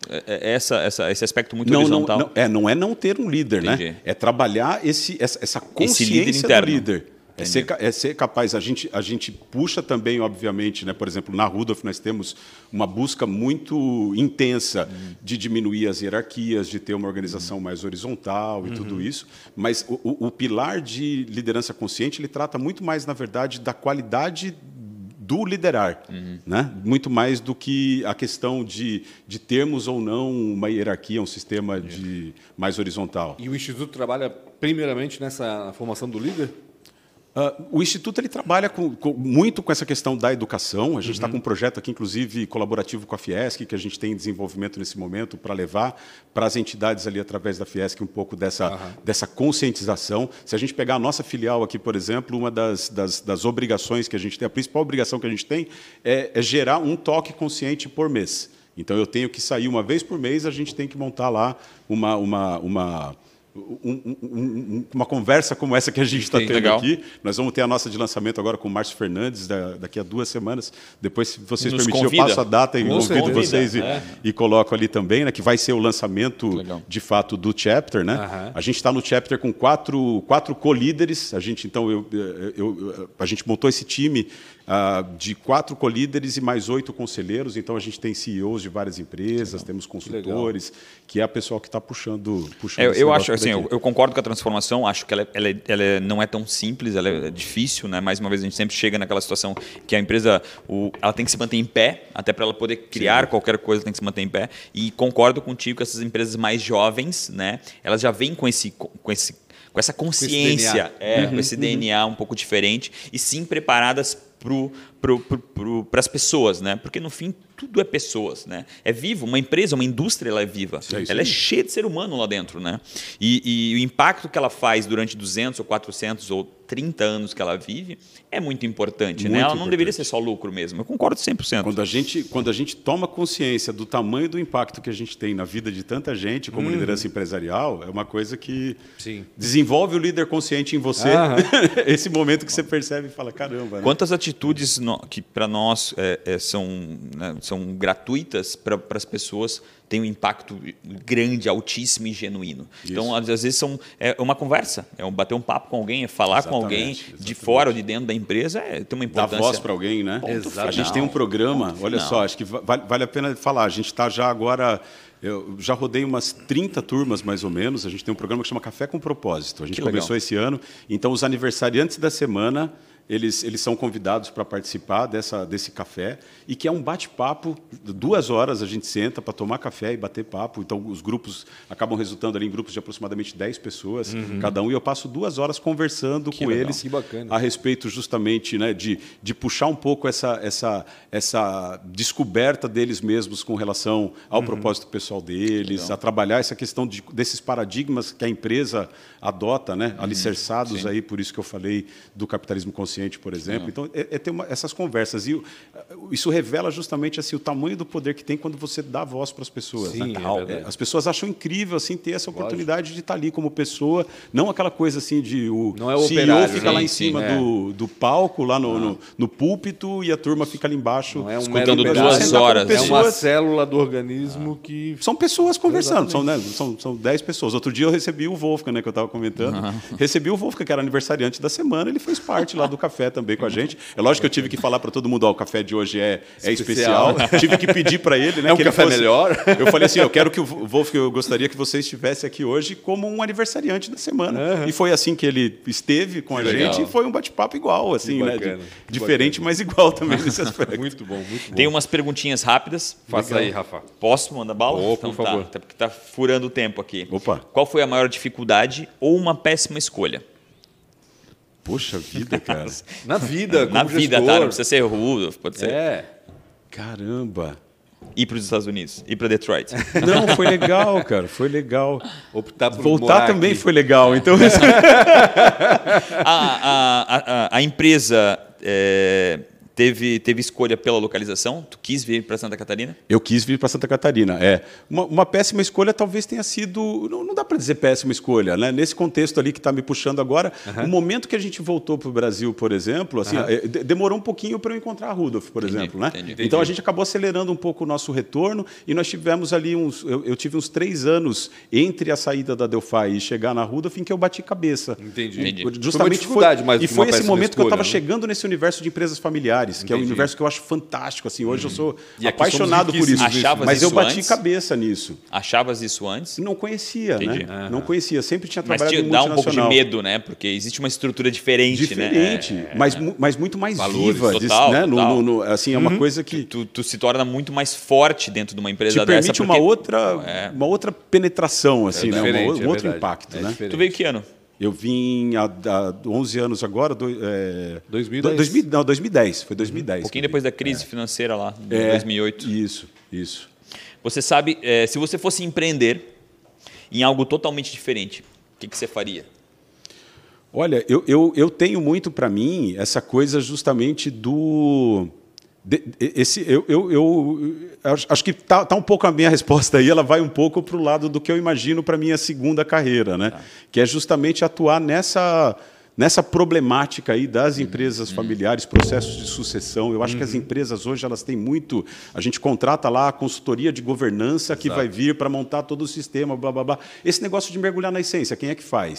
É essa, essa, esse aspecto muito não, horizontal. Não, não, é, não é não ter um líder, Entendi. né? É trabalhar esse, essa, essa consciência esse líder interno. do líder. É ser, é ser capaz. A gente, a gente puxa também, obviamente, né? Por exemplo, na Rudolph nós temos uma busca muito intensa uhum. de diminuir as hierarquias, de ter uma organização uhum. mais horizontal e uhum. tudo isso. Mas o, o, o pilar de liderança consciente ele trata muito mais, na verdade, da qualidade do liderar, uhum. né? Muito mais do que a questão de, de termos ou não uma hierarquia, um sistema de, mais horizontal. E o Instituto trabalha primeiramente nessa formação do líder? Uh, o Instituto ele trabalha com, com, muito com essa questão da educação. A gente está uhum. com um projeto aqui, inclusive, colaborativo com a Fiesc, que a gente tem em desenvolvimento nesse momento para levar para as entidades ali, através da Fiesc, um pouco dessa, uhum. dessa conscientização. Se a gente pegar a nossa filial aqui, por exemplo, uma das, das, das obrigações que a gente tem, a principal obrigação que a gente tem é, é gerar um toque consciente por mês. Então, eu tenho que sair uma vez por mês, a gente tem que montar lá uma... uma, uma Um, um, um, uma conversa como essa que a gente está tendo legal. aqui. Nós vamos ter a nossa de lançamento agora com o Márcio Fernandes, da, daqui a duas semanas. Depois, se vocês Nos permitirem, convida. eu passo a data e Nos convido convida. vocês é. e, e coloco ali também, né, que vai ser o lançamento, legal. de fato, do chapter. Né? Uhum. A gente está no chapter com quatro, quatro co-líderes. A gente, então, eu, eu, eu, a gente montou esse time uh, de quatro colíderes e mais oito conselheiros. Então, a gente tem C E Os de várias empresas, legal. Temos consultores, que, que é a pessoa que está puxando, puxando é, Eu acho, assim, eu, eu concordo com a transformação, acho que ela, ela, ela não é tão simples, ela é difícil, né? Mais uma vez, a gente sempre chega naquela situação que a empresa o, ela tem que se manter em pé, até para ela poder criar Sim. qualquer coisa, tem que se manter em pé. E concordo contigo que essas empresas mais jovens, né, elas já vêm com esse, com esse, com essa consciência, com esse D N A, é, uhum, com esse uhum. D N A um pouco diferente e sim preparadas para as pessoas, né? Porque no fim tudo é pessoas, né? É vivo, uma empresa, uma indústria, ela é viva. Sim, ela sim. é cheia de ser humano lá dentro, né? E, e o impacto que ela faz durante duzentos ou quatrocentos ou trinta anos que ela vive é muito importante, muito né? Ela não importante. Deveria ser só lucro mesmo. Eu concordo cem por cento. Quando a gente, quando a gente toma consciência do tamanho do impacto que a gente tem na vida de tanta gente como hum. liderança empresarial, é uma coisa que sim. desenvolve o líder consciente em você. Esse momento que você percebe e fala, caramba. Né? Quantas atitudes no, que para nós é, é, são, né, são gratuitas para as pessoas tem um impacto grande, altíssimo e genuíno. Isso. Então, às vezes, são, é uma conversa, é um bater um papo com alguém, é falar exatamente, com alguém exatamente. De fora ou de dentro da empresa, é, tem uma importância. Dar voz para alguém, né? A gente tem um programa, olha só, acho que vale, vale a pena falar, a gente está já agora... Eu já rodei umas trinta turmas, mais ou menos. A gente tem um programa que chama Café com Propósito. A gente que começou legal. Esse ano. Então, os aniversariantes da semana... Eles, eles são convidados para participar dessa, desse café, e que é um bate-papo, duas horas a gente senta para tomar café e bater papo. Então, os grupos acabam resultando ali em grupos de aproximadamente dez pessoas, uhum. cada um, e eu passo duas horas conversando que com legal. Eles a respeito justamente, né, de, de puxar um pouco essa, essa, essa descoberta deles mesmos com relação ao uhum. propósito pessoal deles, a trabalhar essa questão de, desses paradigmas que a empresa adota, né, uhum. alicerçados Sim. aí, por isso que eu falei do capitalismo consciente, por exemplo. Então, é, é ter uma, essas conversas. E isso revela justamente assim, o tamanho do poder que tem quando você dá voz para as pessoas. Sim, né? é as pessoas acham incrível assim, ter essa oportunidade Lógico. De estar ali como pessoa, não aquela coisa assim de o, não é o C E O operário, fica né? lá em cima Sim, do, é. do palco, lá no, no, no púlpito, e a turma fica ali embaixo. Não é um escutando duas horas. É uma célula do organismo ah. que... São pessoas conversando, são, né, são, são dez pessoas. Outro dia eu recebi o Wolfgang, né, que eu estava comentando. Uhum. Recebi o Wolfgang, que era aniversariante da semana, ele fez parte lá do café também com a gente. É lógico que eu tive que falar para todo mundo, ó, o café de hoje é, é especial. especial. Tive que pedir para ele, né? É um que café ele fosse... melhor. Eu falei assim, eu quero que o Wolf, eu gostaria que você estivesse aqui hoje como um aniversariante da semana. Uhum. E foi assim que ele esteve com a que gente, legal. E foi um bate-papo igual, assim, né? De, diferente, bacana. Mas igual também nesse aspecto. Muito bom, muito bom. Tem umas perguntinhas rápidas. Faça aí, Rafa. Posso mandar bala? Oh, então, por favor. Tá, porque tá furando o tempo aqui. Opa. Qual foi a maior dificuldade ou uma péssima escolha? Poxa vida, cara. Na vida, como Na vida, gestor. tá? Não precisa ser rudo, pode ser. É. Caramba. Ir para os Estados Unidos, ir para Detroit. Não, foi legal, cara. Foi legal. Optar por Voltar também aqui. Foi legal. Então... a, a, a, a empresa... É... Teve, teve escolha pela localização? Tu quis vir para Santa Catarina? Eu quis vir para Santa Catarina, é. Uma, uma péssima escolha talvez tenha sido... Não, não dá para dizer péssima escolha, né? Nesse contexto ali que está me puxando agora, uhum. o momento que a gente voltou para o Brasil, por exemplo, assim, uhum. é, demorou um pouquinho para eu encontrar a Rudolf, por entendi, exemplo. Né? Entendi, entendi. Então a gente acabou acelerando um pouco o nosso retorno e nós tivemos ali uns... Eu, eu tive uns três anos entre a saída da Delphi e chegar na Rudolf em que eu bati cabeça. Entendi. Entendi. Justamente foi, foi, mais e foi esse momento escolha, que eu estava né? chegando nesse universo de empresas familiares. Que Entendi. É um universo que eu acho fantástico. Assim, hoje uhum. eu sou e apaixonado por isso. Achavas mas isso eu bati antes? Cabeça nisso. Achavas isso antes? Não conhecia, Entendi. né? Uhum. Não conhecia. Sempre tinha trabalhado mas te em dá um multinacional. pouco de medo, né? Porque existe uma estrutura diferente, diferente, né? mas, é. mas muito mais Valores, viva. Total, né? total. No, no, no, assim, é uma uhum. coisa que... Tu, tu se torna muito mais forte dentro de uma empresa te dessa. Te permite uma outra, é. uma outra penetração, assim, é né? um, um outro é impacto. É né? Tu veio que ano? Eu vim há, há onze anos agora, do, é, dois mil e dez. dois mil, não, dois mil e dez, foi dois mil e dez. Um pouquinho depois da crise é. financeira lá, de é, dois mil e oito. Isso, isso. Você sabe, é, se você fosse empreender em algo totalmente diferente, o que, que você faria? Olha, eu, eu, eu tenho muito para mim essa coisa justamente do... De, esse, eu, eu, eu acho que está tá um pouco a minha resposta aí, ela vai um pouco para o lado do que eu imagino para a minha segunda carreira, né? Tá. Que é justamente atuar nessa, nessa problemática aí das empresas uhum. familiares, processos de sucessão. Eu acho uhum. que as empresas hoje elas têm muito... A gente contrata lá a consultoria de governança que Exato. Vai vir para montar todo o sistema, blá, blá, blá. Esse negócio de mergulhar na essência, quem é que faz?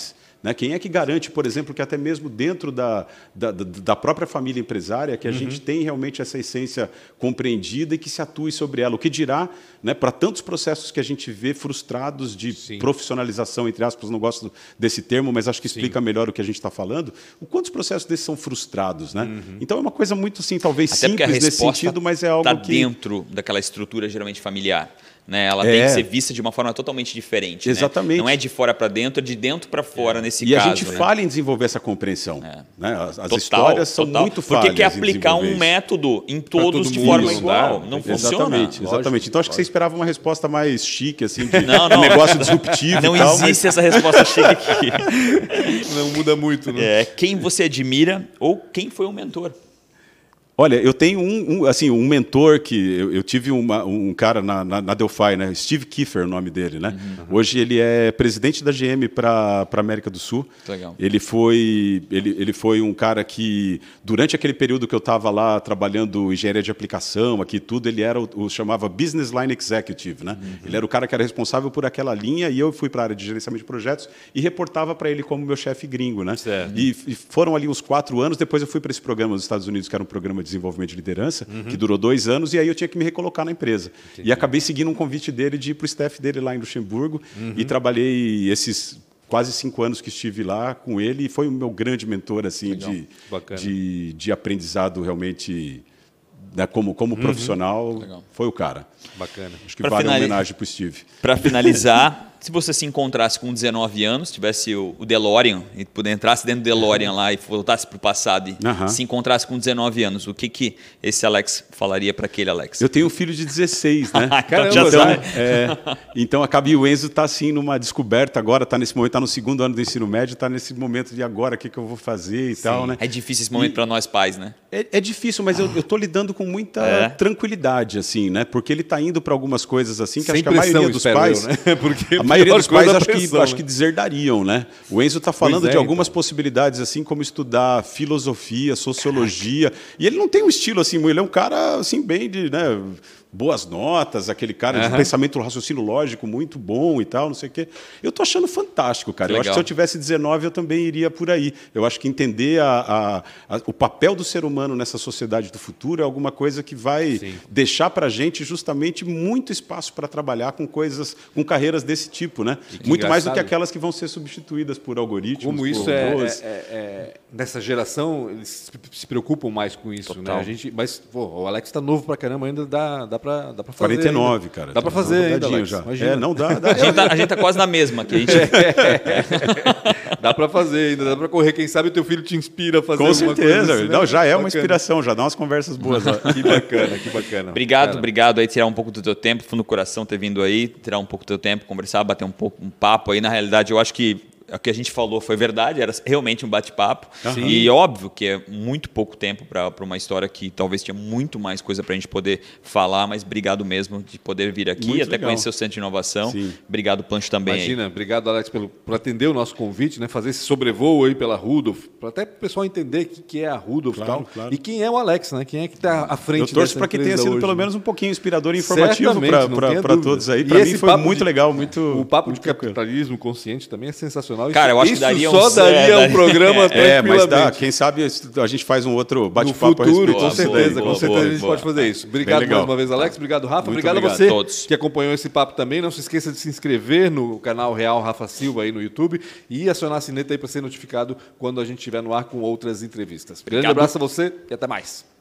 Né? Quem é que garante, por exemplo, que até mesmo dentro da, da, da própria família empresária, que a uhum. gente tem realmente essa essência compreendida e que se atue sobre ela? O que dirá, né, para tantos processos que a gente vê frustrados de Sim. profissionalização, entre aspas, não gosto desse termo, mas acho que explica Sim. melhor o que a gente está falando, o quantos processos desses são frustrados. Né? Uhum. Então é uma coisa muito, assim, talvez até simples nesse sentido, mas é algo tá que... dentro daquela estrutura geralmente familiar. Né? Ela é. tem que ser vista de uma forma totalmente diferente. Exatamente. Né? Não é de fora para dentro, é de dentro para fora é. nesse e caso. E a gente né? falha em desenvolver essa compreensão. É. Né? As, as total, histórias são total. muito falhas. Porque quer aplicar um método em todos de forma isso, igual. Não, não funciona. Exatamente. exatamente. Então acho que você esperava uma resposta mais chique, assim, de não, não. negócio disruptivo. Não e tal, existe mas... essa resposta chique aqui. Não muda muito. Né? É, quem você admira ou quem foi um mentor? Olha, eu tenho um, um, assim, um mentor que eu, eu tive uma, um cara na, na, na Delphi, né? Steve Kiefer, o nome dele, né? Uhum. Hoje ele é presidente da G M para a América do Sul. Legal. Ele foi, ele, ele foi um cara que, durante aquele período que eu estava lá trabalhando engenharia de aplicação, aqui tudo, ele era o, o chamava Business Line Executive, né? Uhum. Ele era o cara que era responsável por aquela linha e eu fui para a área de gerenciamento de projetos e reportava para ele como meu chefe gringo, né? E, e foram ali uns quatro anos. Depois eu fui para esse programa nos Estados Unidos, que era um programa de desenvolvimento de liderança, uhum. que durou dois anos, e aí eu tinha que me recolocar na empresa. Entendi. E acabei seguindo um convite dele de ir para o staff dele lá em Luxemburgo, uhum. e trabalhei esses quase cinco anos que estive lá com ele, e foi o meu grande mentor assim, de, de, de aprendizado realmente, né, como, como uhum. profissional. Legal. Foi o cara. Bacana. Acho que pra vale finaliza... uma homenagem para o Steve. Para finalizar, se você se encontrasse com dezenove anos, tivesse o, o DeLorean, e entrasse dentro do DeLorean lá e voltasse para o passado e uhum. se encontrasse com dezenove anos, o que, que esse Alex falaria para aquele Alex? Eu tenho um filho de dezesseis, né? Caramba, então, já é, então acaba e o Enzo está assim numa descoberta agora, está nesse momento, está no segundo ano do ensino médio, está nesse momento de agora, o que, que eu vou fazer e Sim. tal, né? É difícil esse momento para nós pais, né? É, é difícil, mas eu estou lidando com muita é. tranquilidade, assim, né? Porque ele está indo para algumas coisas assim que Sem acho que a maioria dos pais, eu, né? Porque a maioria dos pais acho, pressão, que, né? acho que deserdariam, né? O Enzo está falando é, de algumas então. possibilidades assim, como estudar filosofia, sociologia, Caraca. e ele não tem um estilo assim, ele é um cara assim bem de, né? boas notas, aquele cara uhum. de pensamento, raciocínio lógico muito bom e tal, não sei o quê. Eu estou achando fantástico, cara. Legal. Eu acho que se eu tivesse dezenove, eu também iria por aí. Eu acho que entender a, a, a, o papel do ser humano nessa sociedade do futuro é alguma coisa que vai Sim. deixar para a gente justamente muito espaço para trabalhar com coisas, com carreiras desse tipo, né? Muito engraçado. Mais do que aquelas que vão ser substituídas por algoritmos. Como por isso é, é, é, nessa geração, eles se preocupam mais com isso, Total. né? A gente, mas pô, o Alex está novo para caramba, ainda dá, dá Pra, dá pra fazer quarenta e nove, ainda. cara. Dá para fazer ainda, Alex. Já. É, não dá. dá. A, gente tá, a gente tá quase na mesma aqui. A gente... é. Dá para fazer ainda, dá para correr. Quem sabe o teu filho te inspira a fazer Com alguma certeza. coisa assim, né? Não, já é bacana. uma inspiração, já dá umas conversas boas. Que bacana, que bacana. Obrigado, cara. obrigado aí, tirar um pouco do teu tempo, fundo do coração ter vindo aí, tirar um pouco do teu tempo, conversar, bater um pouco um papo aí. Na realidade, eu acho que o que a gente falou foi verdade, era realmente um bate-papo. Uhum. E óbvio que é muito pouco tempo para uma história que talvez tinha muito mais coisa para a gente poder falar, mas obrigado mesmo de poder vir aqui, muito até legal. Conhecer o Centro de Inovação. Sim. Obrigado, Pancho, também. Imagina, aí. Obrigado, Alex, pelo, por atender o nosso convite, né? Fazer esse sobrevoo aí pela Rudolph, para até o pessoal entender o que, que é a Rudolph claro, e tal. Claro. E quem é o Alex, né? Quem é que está à frente dessa Eu torço para que tenha sido hoje, pelo né? menos um pouquinho inspirador e informativo para todos aí. Para mim foi muito de, legal, muito... O papo muito de capitalismo consciente também é sensacional. Cara, isso, eu acho isso que daria só uns, daria é, um programa É, mas dá, quem sabe a gente faz um outro bate-papo a respeito. Com certeza, boa, com certeza boa, a gente boa. pode fazer isso. Obrigado mais uma vez, Alex. Obrigado, Rafa. Muito obrigado, obrigado a você todos. que acompanhou esse papo também. Não se esqueça de se inscrever no canal Real Rafa Silva aí no YouTube e acionar a sineta aí para ser notificado quando a gente estiver no ar com outras entrevistas. Grande abraço a você e até mais.